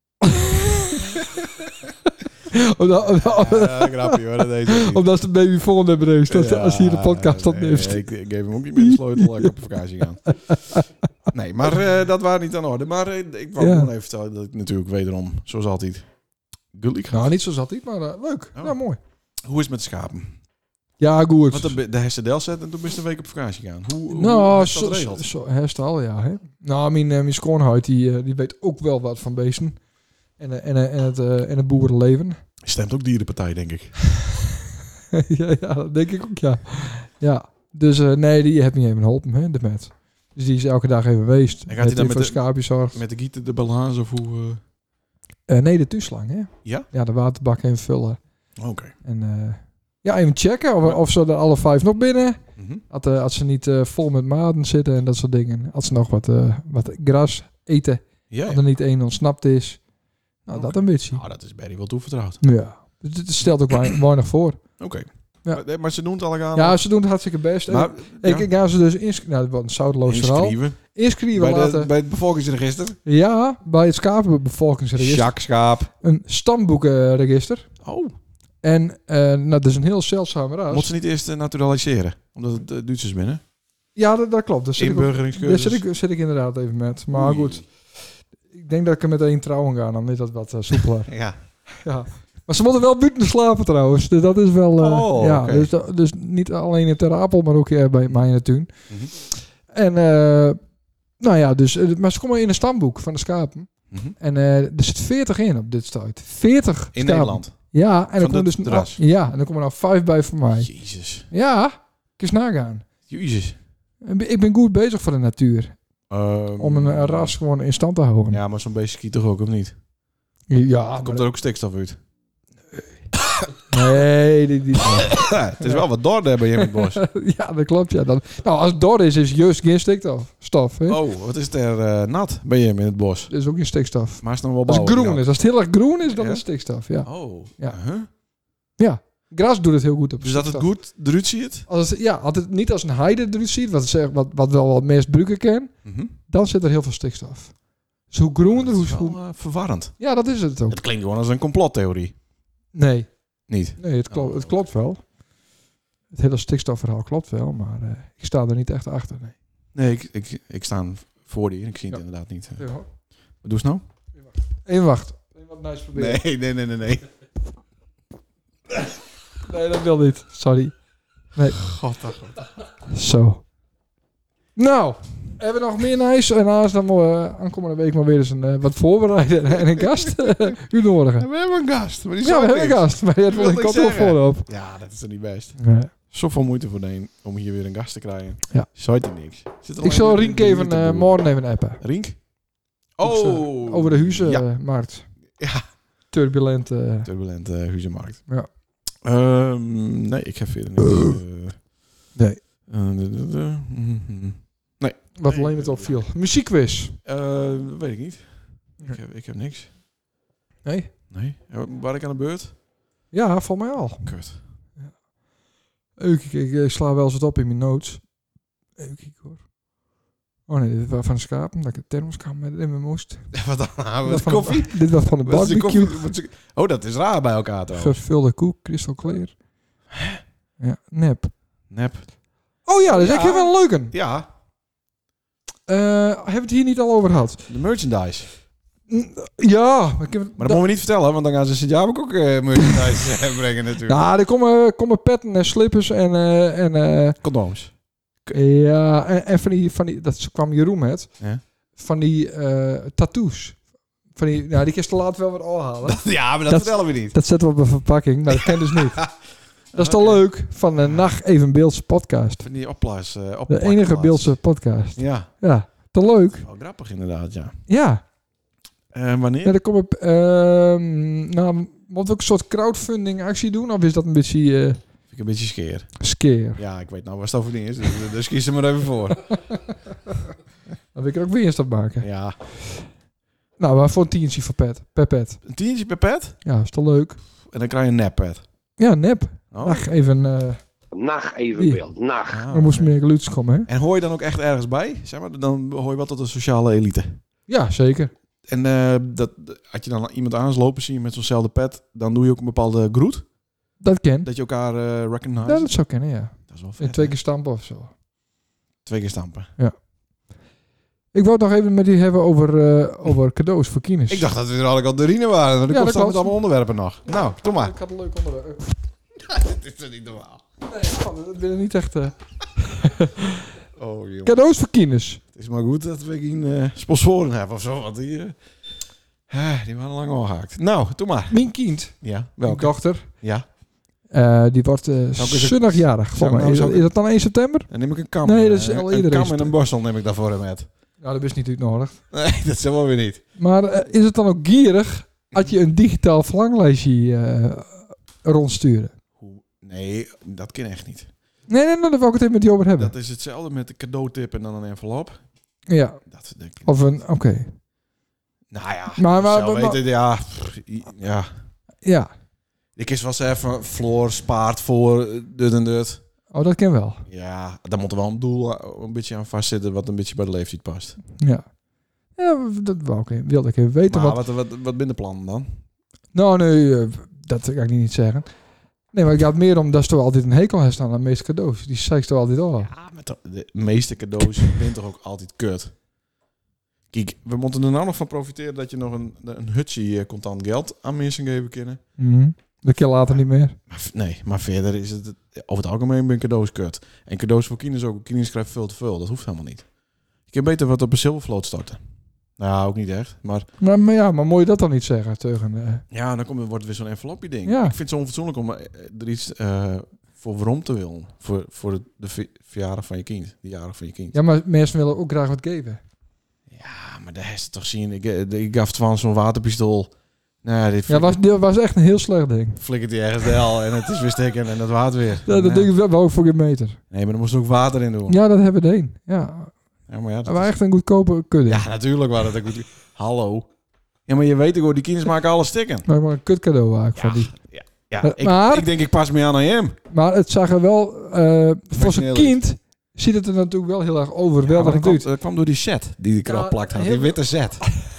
Omdat, omdat, Ja, grapje hoor. Dat deed hij niet. omdat de baby volgende hebben is. Dat Ja, als hij de podcast nee, opneemt. nee, ik, ik geef hem ook niet meer de sleutel als ik op vakantie ga. Nee, maar uh, dat waren niet aan orde. Maar uh, ik wou Ja. gewoon even vertellen dat ik natuurlijk wederom, zoals altijd, gullig ga. Nou, niet zo zat hij, maar uh, leuk. Oh. Ja, mooi. Hoe is het met de schapen? Ja, goed. Want de, de herstendel zet en toen ben je een week op vakantie gaan. Hoe, hoe Nou, is dat zo, geregeld? zo, zo herstel, ja. Hè? Nou, mijn, uh, mijn schoonhuid, die, uh, die weet ook wel wat van beesten. En, uh, en, uh, en, het, uh, en het boerenleven. Stemt ook dierenpartij, denk ik. ja, ja, dat denk ik ook, ja. Ja, dus uh, nee, die heeft me even geholpen, hè, de met. Dus die is elke dag even geweest. En gaat hij dan met voor de- schaapjes zorgt. Met de gieten, de balans of hoe... uh, Uh, nee, de thuislang, hè. Ja? Ja, de waterbak even vullen. Oké. En uh, ja, even checken of, of ze er alle vijf nog binnen. Mhm. Als, uh, als ze niet uh, vol met maden zitten en dat soort dingen. Als ze nog wat, uh, wat gras eten. Ja, Als ja. er niet één ontsnapt is. Nou, Oké. dat een beetje. Nou, dat is Barry wel toevertrouwd. Ja. Dus het stelt ook wei- weinig voor. Oké. Ja. Maar, maar ze doen het al aan. Ja, ze doen het hartstikke best. maar, ik, ik ga ze dus inschrijven. Nou, dat was een zoutloos verhaal. inschrijven. Inschrijven Bij, de, laten. bij het bevolkingsregister. Ja, bij het schapenbevolkingsregister. Jacques Schaap. Een stamboekenregister. Oh. En uh, nou, dat is een heel zeldzame ras. Moet ze niet eerst uh, naturaliseren? Omdat het uh, Duitsers binnen. Ja, dat, dat klopt. Daar zit, ik, ook- daar Inburgeringscursus. zit, ik, zit ik inderdaad even met. Maar Oei. goed, ik denk dat ik er met één trouwen ga. Dan is dat wat uh, soepeler. Ja. Ja. Maar ze moeten wel buiten slapen trouwens. Dus dat is wel... uh, Oh, ja, oké. dus, dat- dus niet alleen in Ter Apel, maar ook uh, bij mij in de tuin. Mhm. En uh, nou ja, dus, uh, maar ze komen in een stamboek van de schapen. Mhm. En uh, er zit veertig in op dit stuit. veertig In schapen. Nederland. Ja, en dan Van komen de dus ras. ja, en dan komen er nou vijf bij voor mij. Jezus. Ja, kun je eens nagaan. Jezus. Ik ben- Ik ben goed bezig voor de natuur. Um, Om een, een ras gewoon in stand te houden. Ja, maar zo'n beestje kiet toch ook, of niet? Ja, Komt maar er ook stikstof uit? nee, die, die, Ja, het is wel wat dorde bij je in het bos. ja, dat klopt. Ja. Dan, nou, als het dor is, is het juist geen stikstof. Stof, hè? Oh, wat is er uh, nat bij je in het bos? Dat is ook geen stikstof. Maar is het nog wel Als het bouwen? groen is, als het heel erg groen is, dan Ja? is het stikstof. Ja. Oh. Ja. Huh? ja. Gras doet het heel goed op Dus dat het stikstof. goed eruit ziet? Als het, ja, als het niet als een heide eruit ziet, wat, zeg, wat, wat wel wat meest bruiken kan, Mhm. dan zit er heel veel stikstof. Dus hoe groener, Dat hoe... is wel hoe uh, verwarrend. ja, dat is het ook. Het klinkt gewoon als een complottheorie. Nee, Niet? nee het, klopt, het klopt wel. Het hele stikstofverhaal klopt wel, maar uh, ik sta er niet echt achter. Nee. Nee, ik, ik, ik sta voor die en ik zie het Ja. inderdaad niet. Ja. Wat doe je nou? Even wacht. Even wat nice proberen. Nee, nee, nee, nee, nee. Nee, dat wil niet. Sorry. God, dat God. Zo. Nou, hebben we nog meer nice? En naast dan moeten we aankomende week maar weer eens een, uh, wat voorbereiden en een gast uitnodigen. We hebben een gast. Maar die Ja, we zei hebben een niks. gast. Maar je hebt wel Wil een ik kant wel zeggen. voorop. Ja, dat is er niet best. Nee. Zoveel moeite voor de een om hier weer een gast te krijgen. Ja. Zei hij niks. Zit er Ik zal alleen Rink een even minuut uh, te morgen even appen. boeren. Rink? Of, Oh! uh, over de Ja, huizenmarkt. Ja. Turbulent. uh, turbulente uh, huizenmarkt. Ja. Ehm, nee, ik heb verder niks. Uh, Nee. uh, uh, uh, uh, mhm. Wat Nee, alleen het ik- opviel. Muziekquiz. Uh, weet ik niet. Nee. Ik heb, ik heb niks. Nee? Nee. Uh, Waar ik aan de beurt? Ja, voor mij al. Kut. Ik, ik, ik, ik sla wel eens wat op in mijn notes. Even kijken hoor. Oh nee, dit was van de schapen. Dat ik een thermoskan met in mijn moest. Wat dan? Dit Wat was van koffie? De, dit was van de Wat is de barbecue. koffie? Wat is- Oh, dat is raar bij elkaar trouwens. Gevulde koek, crystal clear. Ja, nep. Nep. Oh ja, dat is Ja. echt wel een leuke. Ja, Eh hebben we het hier niet al over gehad? de merchandise. Mm, Ja, maar ik heb, Maar dat moeten we niet vertellen, want dan gaan ze Sint-Jabek ook uh, merchandise uh, brengen natuurlijk. nou, er komen, komen petten en slippers en, eh, en eh, Condooms. ja, en, en van die, van die, dat kwam Jeroen met, Ja. van die eh, tattoos. Van die, nou, die kun je te laat wel wat afhalen. Ja, maar dat, Dat- vertellen we niet. Dat zetten we op een verpakking, maar dat ken dus niet. Dat is toch leuk? Van de Nacht Even Beeldse podcast. Van die opplaas. Uh, De enige Beeldse podcast. Ja, Ja, toch leuk? wel grappig inderdaad, ja. Ja. Uh, wanneer? Ja, dan kom ik... ehm nou, moeten we ook een soort crowdfunding actie doen? Of is dat een beetje eh Vind ik een beetje skeer. scare? Ja, ik weet nou waar het over niet is, dus, dus kies er maar even voor. Dan wil ik er ook winst op maken. Ja. Nou, maar voor een tientje voor pet. Per pet. Een tientje per pet? Ja, is toch leuk? En dan krijg je een neppet. Ja, nep. Oh. Ach, even... eh Nacht evenbeeld. Nacht. Ah, er moest oké. meer geluids komen, hè? En hoor je dan ook echt ergens bij? Zeg maar, dan hoor je wel tot de sociale elite. Ja, zeker. En eh, dat, als je dan iemand aanslopen zie je met zo'nzelfde pet, dan doe je ook een bepaalde groet. Dat ken. Dat je elkaar eh recognize. Ja, dat zou kennen, ja. Dat is wel In vet. twee hè? keer stampen of zo. Twee keer stampen. Ik wou het nog even met u hebben over, eh, over cadeaus voor kines. Ik dacht dat we er al al dorine waren. Want ik Ja, kom dat staan met klopt. allemaal onderwerpen nog. Nou, doe maar. Ik had een leuk onderwerp. Dit is toch niet normaal. Nee, man, dat ben ik niet echt... eh. Oh, joh. Cadeaus voor kines. Het is maar goed dat we geen uh, sponsoren hebben of zo. Want die, eh, ah, die waren lang al gehaakt. Nou, doe maar. Mijn kind, Ja, mijn welke? dochter, Ja. eh, die wordt uh, ik- zondagjarig. Zou Voor ik mij. nou- Is, zou dat, ik- is dat dan één september? Dan neem ik een kam. Nee, dat is eh, al een eerder kam is en het. een borstel neem ik daarvoor met. Nou, dat is niet uitnodigd. Nee, dat is wel weer niet. Maar eh, is het dan ook gierig als je een digitaal verlanglijstje eh, rondsturen? Hoe? Nee, dat kan echt niet. Nee, nee, nee, daar wil ik het even met je over hebben. Dat is hetzelfde met de cadeautip en dan een envelop. Ja, Dat denk ik. of een... Oké. Nou ja, Maar- maar- zelf maar- weten, ja, pff, i- ja. Ja. Ik is wel eens even Floor spaart voor eh, dit en dit. Oh, dat ken wel. Ja, daar moet er wel een doel eh, een beetje aan vastzitten wat een beetje bij de leeftijd past. Ja. Ja, dat wou ik, wilde ik even weten. Maar Wat, wat, wat, wat binnen plannen dan? nou, nee, eh, dat kan ik niet zeggen. Nee, maar ik had meer om dat ze toch altijd een hekel hebben aan de meeste cadeaus. Die zei ik toch altijd al. Ja, met de, de meeste cadeaus zijn toch ook altijd kut. Kijk, we moeten er nou nog van profiteren dat je nog een, een hutje eh, contant geld aan mensen geven kunnen. Mhm. Dat kan later niet meer. Maar, v- nee, maar verder is het, over het algemeen ben cadeaus kut. En cadeaus voor kinderen ook. Kinderen schrijven veel te veel. Dat hoeft helemaal niet. Je kan beter wat op een zilvervloot starten. Nou, ook niet echt. Maar Maar, maar ja, maar moet je dat dan niet zeggen tegen... eh, ja, dan komt, wordt het weer zo'n envelopje ding. Ja. Ik vind het zo onfatsoenlijk om eh, er iets eh, voor waarom te willen. Voor, voor de, de ve- verjaardag van je kind. De jarig van je kind. ja, maar mensen willen ook graag wat geven. Ja, maar daar is het toch zien. Ik, eh, ik gaf het van zo'n waterpistool. Nou, dit Ja, was, dat was echt een heel slecht ding. flikkert hij ergens de hel en het is weer stikken en dat water weer. Ja, dat Ja. ding is wel wel voor geen meter. Nee, maar er moest ook water in doen. Ja, dat hebben we heen. Ja, Ja, maar ja, dat dat was is- echt een goedkope kudde. ja, natuurlijk waren dat goed. Hallo. Ja, maar je weet ook, hoor, die kinderen maken alles stikken. Maar maar een kut cadeau eigenlijk van die. Ja, Eh, ik, maar- ik denk ik pas me aan aan hem. Maar het zag er wel... eh, voor zijn heel kind ziet het er natuurlijk wel heel erg Ja, maar dat, overweldigend kwam, uit. dat kwam door die set die ik erop Ja, plakt had. heel Die witte set.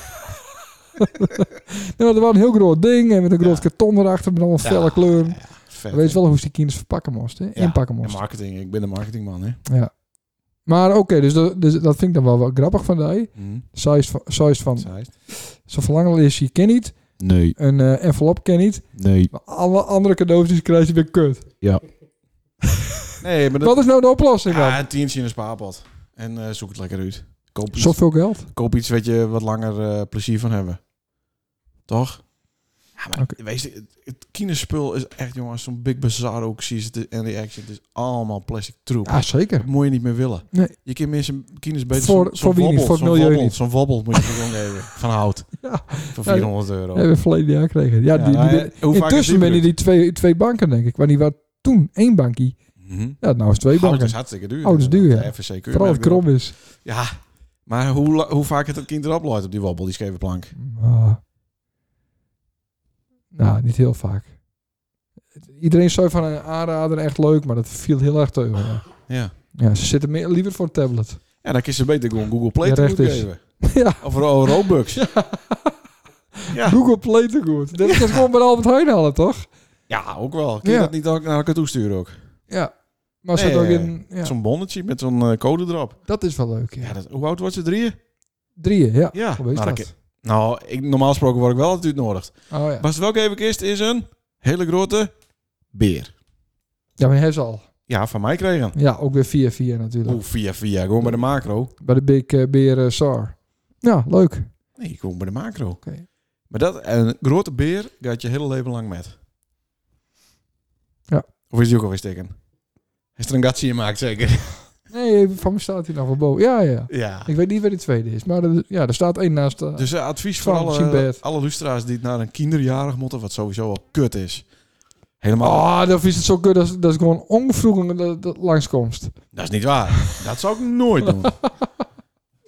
Nee, want er was een heel groot ding en met een groot Ja. karton erachter met allemaal Ja, felle kleuren. Vet, Je weet hè? wel hoe ze die kinders verpakken moesten, hè? Ja, inpakken En moesten. marketing. Ik ben de marketingman, hè. Ja. Maar oké, dus, dat- dus dat vind ik dan wel wat grappig van die. Hm. Zij is van, zij is van Zij is- zo'n verlanglijstje ken niet, Nee, een eh, envelop ken niet, nee. maar alle andere cadeaus die ze krijgt, die weer kut. Nee, maar dat... Wat is nou de oplossing dan? Ja, een tientje in een spaarpot. En eh, zoek het lekker uit. Koop iets, Zoveel geld? koop iets wat je wat langer eh, plezier van hebben. Toch? Ja, maar Oké. wees, het, het kinderspul is echt, jongens, zo'n Big Bazaar ook, zie je het en reaction. Het is allemaal plastic troep. Ja, zeker. Dat moet je niet meer willen. Nee. Je kan mensen, kinders beter Voor- zo'n- voor zo'n wie niet? wobbel- Voor het zo'n milieu wobbel- niet. Zo'n wobbel moet je gewoon geven. Van hout. Ja. Voor vierhonderd euro. Dat hebben we verleden jaar gekregen. Ja, Ja, die, die, nou, die- hoe vaak is intussen die ben je die twee, twee banken, denk ik. Want die waren toen één bankje. Mhm. Ja, nou is het twee Hout banken. is hartstikke duur. Hout is duur, ja. De F S C keur Vooral het merk erop. krom is. Ja, maar hoe, la- hoe vaak het het kind erop loopt op die wobbel, die scheve plank? Ah. Nou, niet heel vaak. Iedereen zei van een aanrader echt leuk, maar dat viel heel erg tegen. Ja, Ja. ja ze zitten meer, liever voor een tablet. Ja, dan kun je beter gewoon Google Play Ja, te goed recht is. geven. ja, Of Ro- Robux. Ja. Ja. Google Play te goed. Dat is gewoon bij Albert Heijn halen, toch? ja, ook wel. Kun je Ja. dat niet ook naar elkaar toesturen ook? Ja. Maar ze Nee, ook eh, in... Ja, Zo'n bonnetje met zo'n eh, code erop. dat is wel leuk, ja. Ja, dat, hoe oud wordt ze? Drieën? Drieën, ja. Ja. Hoe is nou, dat? dat- nou, ik, normaal gesproken word ik wel altijd uitnodigd. Oh ja. Maar welke even kist is een hele grote beer. Ja, maar hij is al. Ja, van mij kregen. Ja, ook weer via via natuurlijk. Oeh, via via. Gewoon bij de macro. Bij de Big uh, Beer uh, Sar. Ja, leuk. Nee, gewoon bij de macro. Oké. Maar dat, een grote beer gaat je hele leven lang met. Ja. Of is die ook alweer steken? Is er een gatje in maakt, zeker? Nee, van me staat hij nog wel boven. Ja, ja. Ja. Ik weet niet waar de tweede is. Maar er, ja, er staat één naast... Uh, Dus uh, advies voor Van alle, Sinbad. alle lustra's die naar een kinderjarig moeten, wat sowieso al kut is. Helemaal. oh, dan is het zo kut. Dat is, dat is gewoon ongevroegen de, de langskomst. Dat is niet waar. Dat zou ik nooit doen.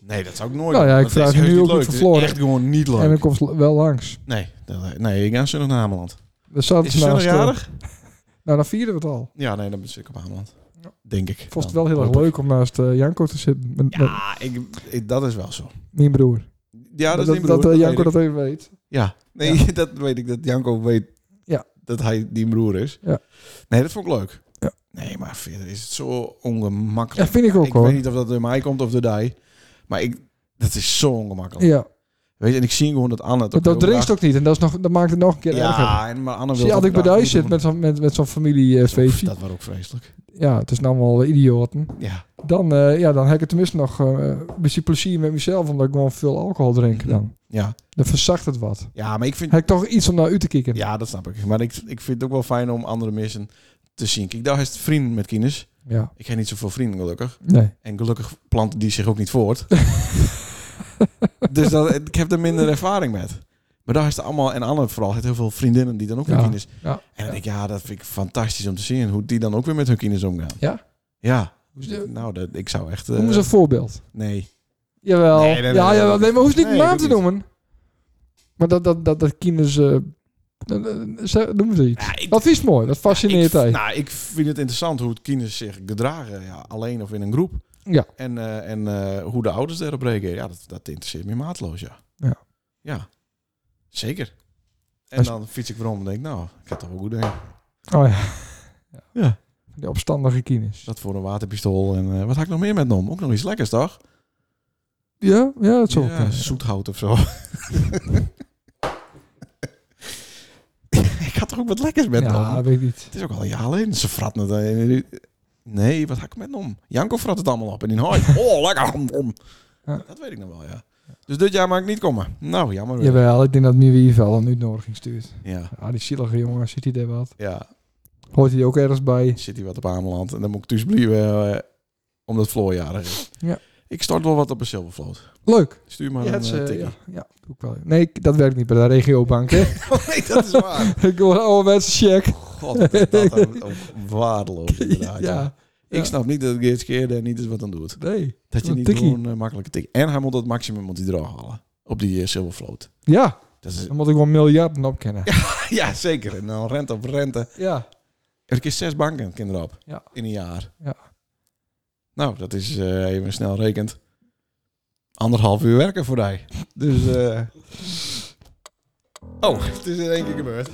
Nee, dat zou ik nooit Nou ja, doen. ik Dat vraag is je nu heus ook leuk. niet voor Het is Floor. echt gewoon niet leuk. En dan komt ze wel langs. Nee, dat- nee, ik ga zondag naar Ameland. Dat staat Is er je naast. zondag eh, jarig? Nou, dan vieren we het al. Ja, nee, dan ben ik op Ameland. Ja. Denk ik. Ik vond het Dan wel heel erg hoop ik. leuk om naast eh, Janko te zitten. Met, met Ja, ik, ik- dat is wel zo. mijn broer. Ja, dat dat is niet dat, broer. eh, dat Janko weet dat ik. even weet. Ja, nee, dat weet ik. Dat Janko weet Ja. dat hij die broer is. Ja. Nee, dat vond ik leuk. Ja. Nee, maar verder is het zo ongemakkelijk. Ja, vind ik ook Ik hoor. weet niet of dat door mij komt of door die. Maar ik, dat is zo ongemakkelijk. Ja, Weet je, en ik zie gewoon dat Anne... het ook dat heel drinkt graag- ook niet. En dat, is nog, dat maakt het nog een keer erger. Ja, en maar Anne wil Zie je, als het ik bij ook thuis graag zit doen. met zo'n met, met zo'n familiefeestje. Dat was ook vreselijk. Ja, het is nou allemaal idioten. Ja. Dan, eh, ja, dan heb ik het tenminste nog eh, een beetje plezier met mezelf. Omdat ik gewoon veel alcohol drink dan. Ja. Dan verzacht het wat. Ja, maar ik vind... Heb ik toch iets om naar u te kijken. Ja, dat snap ik. Maar ik, ik vind het ook wel fijn om andere mensen te zien. Kijk, daar is het vrienden met kinders. Ja. Ik heb niet zoveel vrienden, gelukkig. Nee. En gelukkig planten die zich ook niet voort. Dus dat, ik heb er minder ervaring met. Maar daar is het allemaal... En Anne vooral heeft heel veel vriendinnen die dan ook Ja. weer kinders... Ja. En dan denk ik, ja, dat vind ik fantastisch om te zien. Hoe die dan ook weer met hun kinders omgaan. Ja? Ja. ze- Nou, dat, ik zou echt... eh, Noem eens een voorbeeld. Nee. Jawel. Nee, nee, nee, ja, nee, ja, nee. nee, maar hoeft niet Nee, naam ik te ook niet. noemen. Maar dat, dat, dat, dat kinders... eh uh, noem ze iets. Ja, ik- Dat is mooi. Dat fascineert ik, hij. Nou, ik vind het interessant hoe het kinders zich gedragen. Ja, alleen of in een groep. Ja. En, eh, en eh, hoe de ouders daarop reageren. Ja, dat, dat interesseert me maatloos, ja. Ja. Ja. Zeker. En Als- dan fiets ik weer om en denk, nou, ik ga toch wel goed doen. Oh ja. ja. Ja. Die opstandige kinders. Dat voor een waterpistool. En eh, wat had ik nog meer met nom? Ook nog iets lekkers, toch? Ja, ja, dat is ook. Ja, eh, zoethout of zo. ik had toch ook wat lekkers met ja, nom? weet ik niet. Het is ook al een jaar geleden. Ze frat het. eh, Nee, wat had ik met nom? Janko frat het allemaal op in die hooi. Oh, lekker. Om. Ja. Dat weet ik nog wel, ja. Dus dit jaar mag ik niet komen. Nou, jammer. weer. Jawel, ik denk dat Miwi wel een uitnodiging stuurt. Ja, Ja, die zielige jongen, ziet hij daar wat? ja. Hoort hij ook ergens bij? Zit hij wat op Ameland. En dan moet ik thuis blijven eh, omdat het vloorjarig is. Ja. Ik start wel wat op een zilvervloot. Leuk. Stuur maar Ja, een het is, uh, eh, tikkie. ja, ja, doe ik wel. Nee, ik- dat werkt niet bij de regiobank, hè? Oh, nee, dat is waar. Ik hoor een ouderwetse check. God, dat is dat dan ook waardeloos inderdaad. ja. Ja. Ik Ja. snap niet dat Geert Skeerde niet eens wat aan doet. Nee. Dat je Een niet tikkie. gewoon een makkelijke tik. En hij moet het maximum moet hij eraf halen. Op die uh, zilvervloot. Ja, Dat is, dan moet ik wel miljarden opkennen. ja, zeker. En dan rente op rente. Ja. Er is zes banken kinderen op. Ja. In een jaar. Ja. Nou, dat is uh, even snel rekend. Anderhalf uur werken voor die. Dus, eh oh, het is in één keer gebeurd.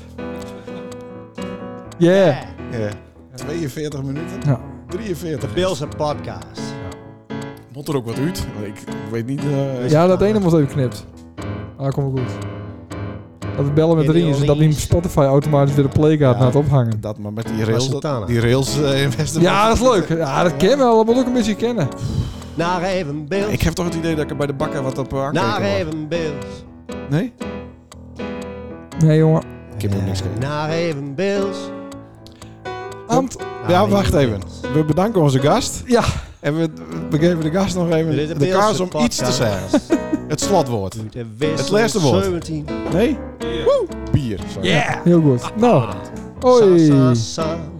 Yeah. Ja. tweeënveertig minuten. Ja. drieënveertig. Bills en podcast. Moet er ook wat uit? Want ik weet niet... eh, Ja, dat ene moet even knipt. Ah, kom maar goed. Dat we bellen met In drie is en dat die Spotify automatisch weer de play gaat Ja. naar het ophangen. Dat maar met die rails... Santana. Dat, die rails uh, in Westerland. Ja, dat is leuk. Ja, dat ken je wel. Dat moet ik een beetje kennen. Naar even Bills. Ik heb toch het idee dat ik er bij de bakker wat op uh, aankijken Naar word. even Bills. Nee? Nee, jongen. Ik heb ook niks gekeken. Naar even Bills. Ant. Ja, wacht even. We bedanken onze gast. Ja. En we, we geven de gast nog Dit is even de de kans Beelse om iets te podcast. zeggen. Het slotwoord. Het laatste woord. zeventien. Nee? Woe! Bier. Sorry. Heel goed. Nou. Hoi. Sa, sa, sa.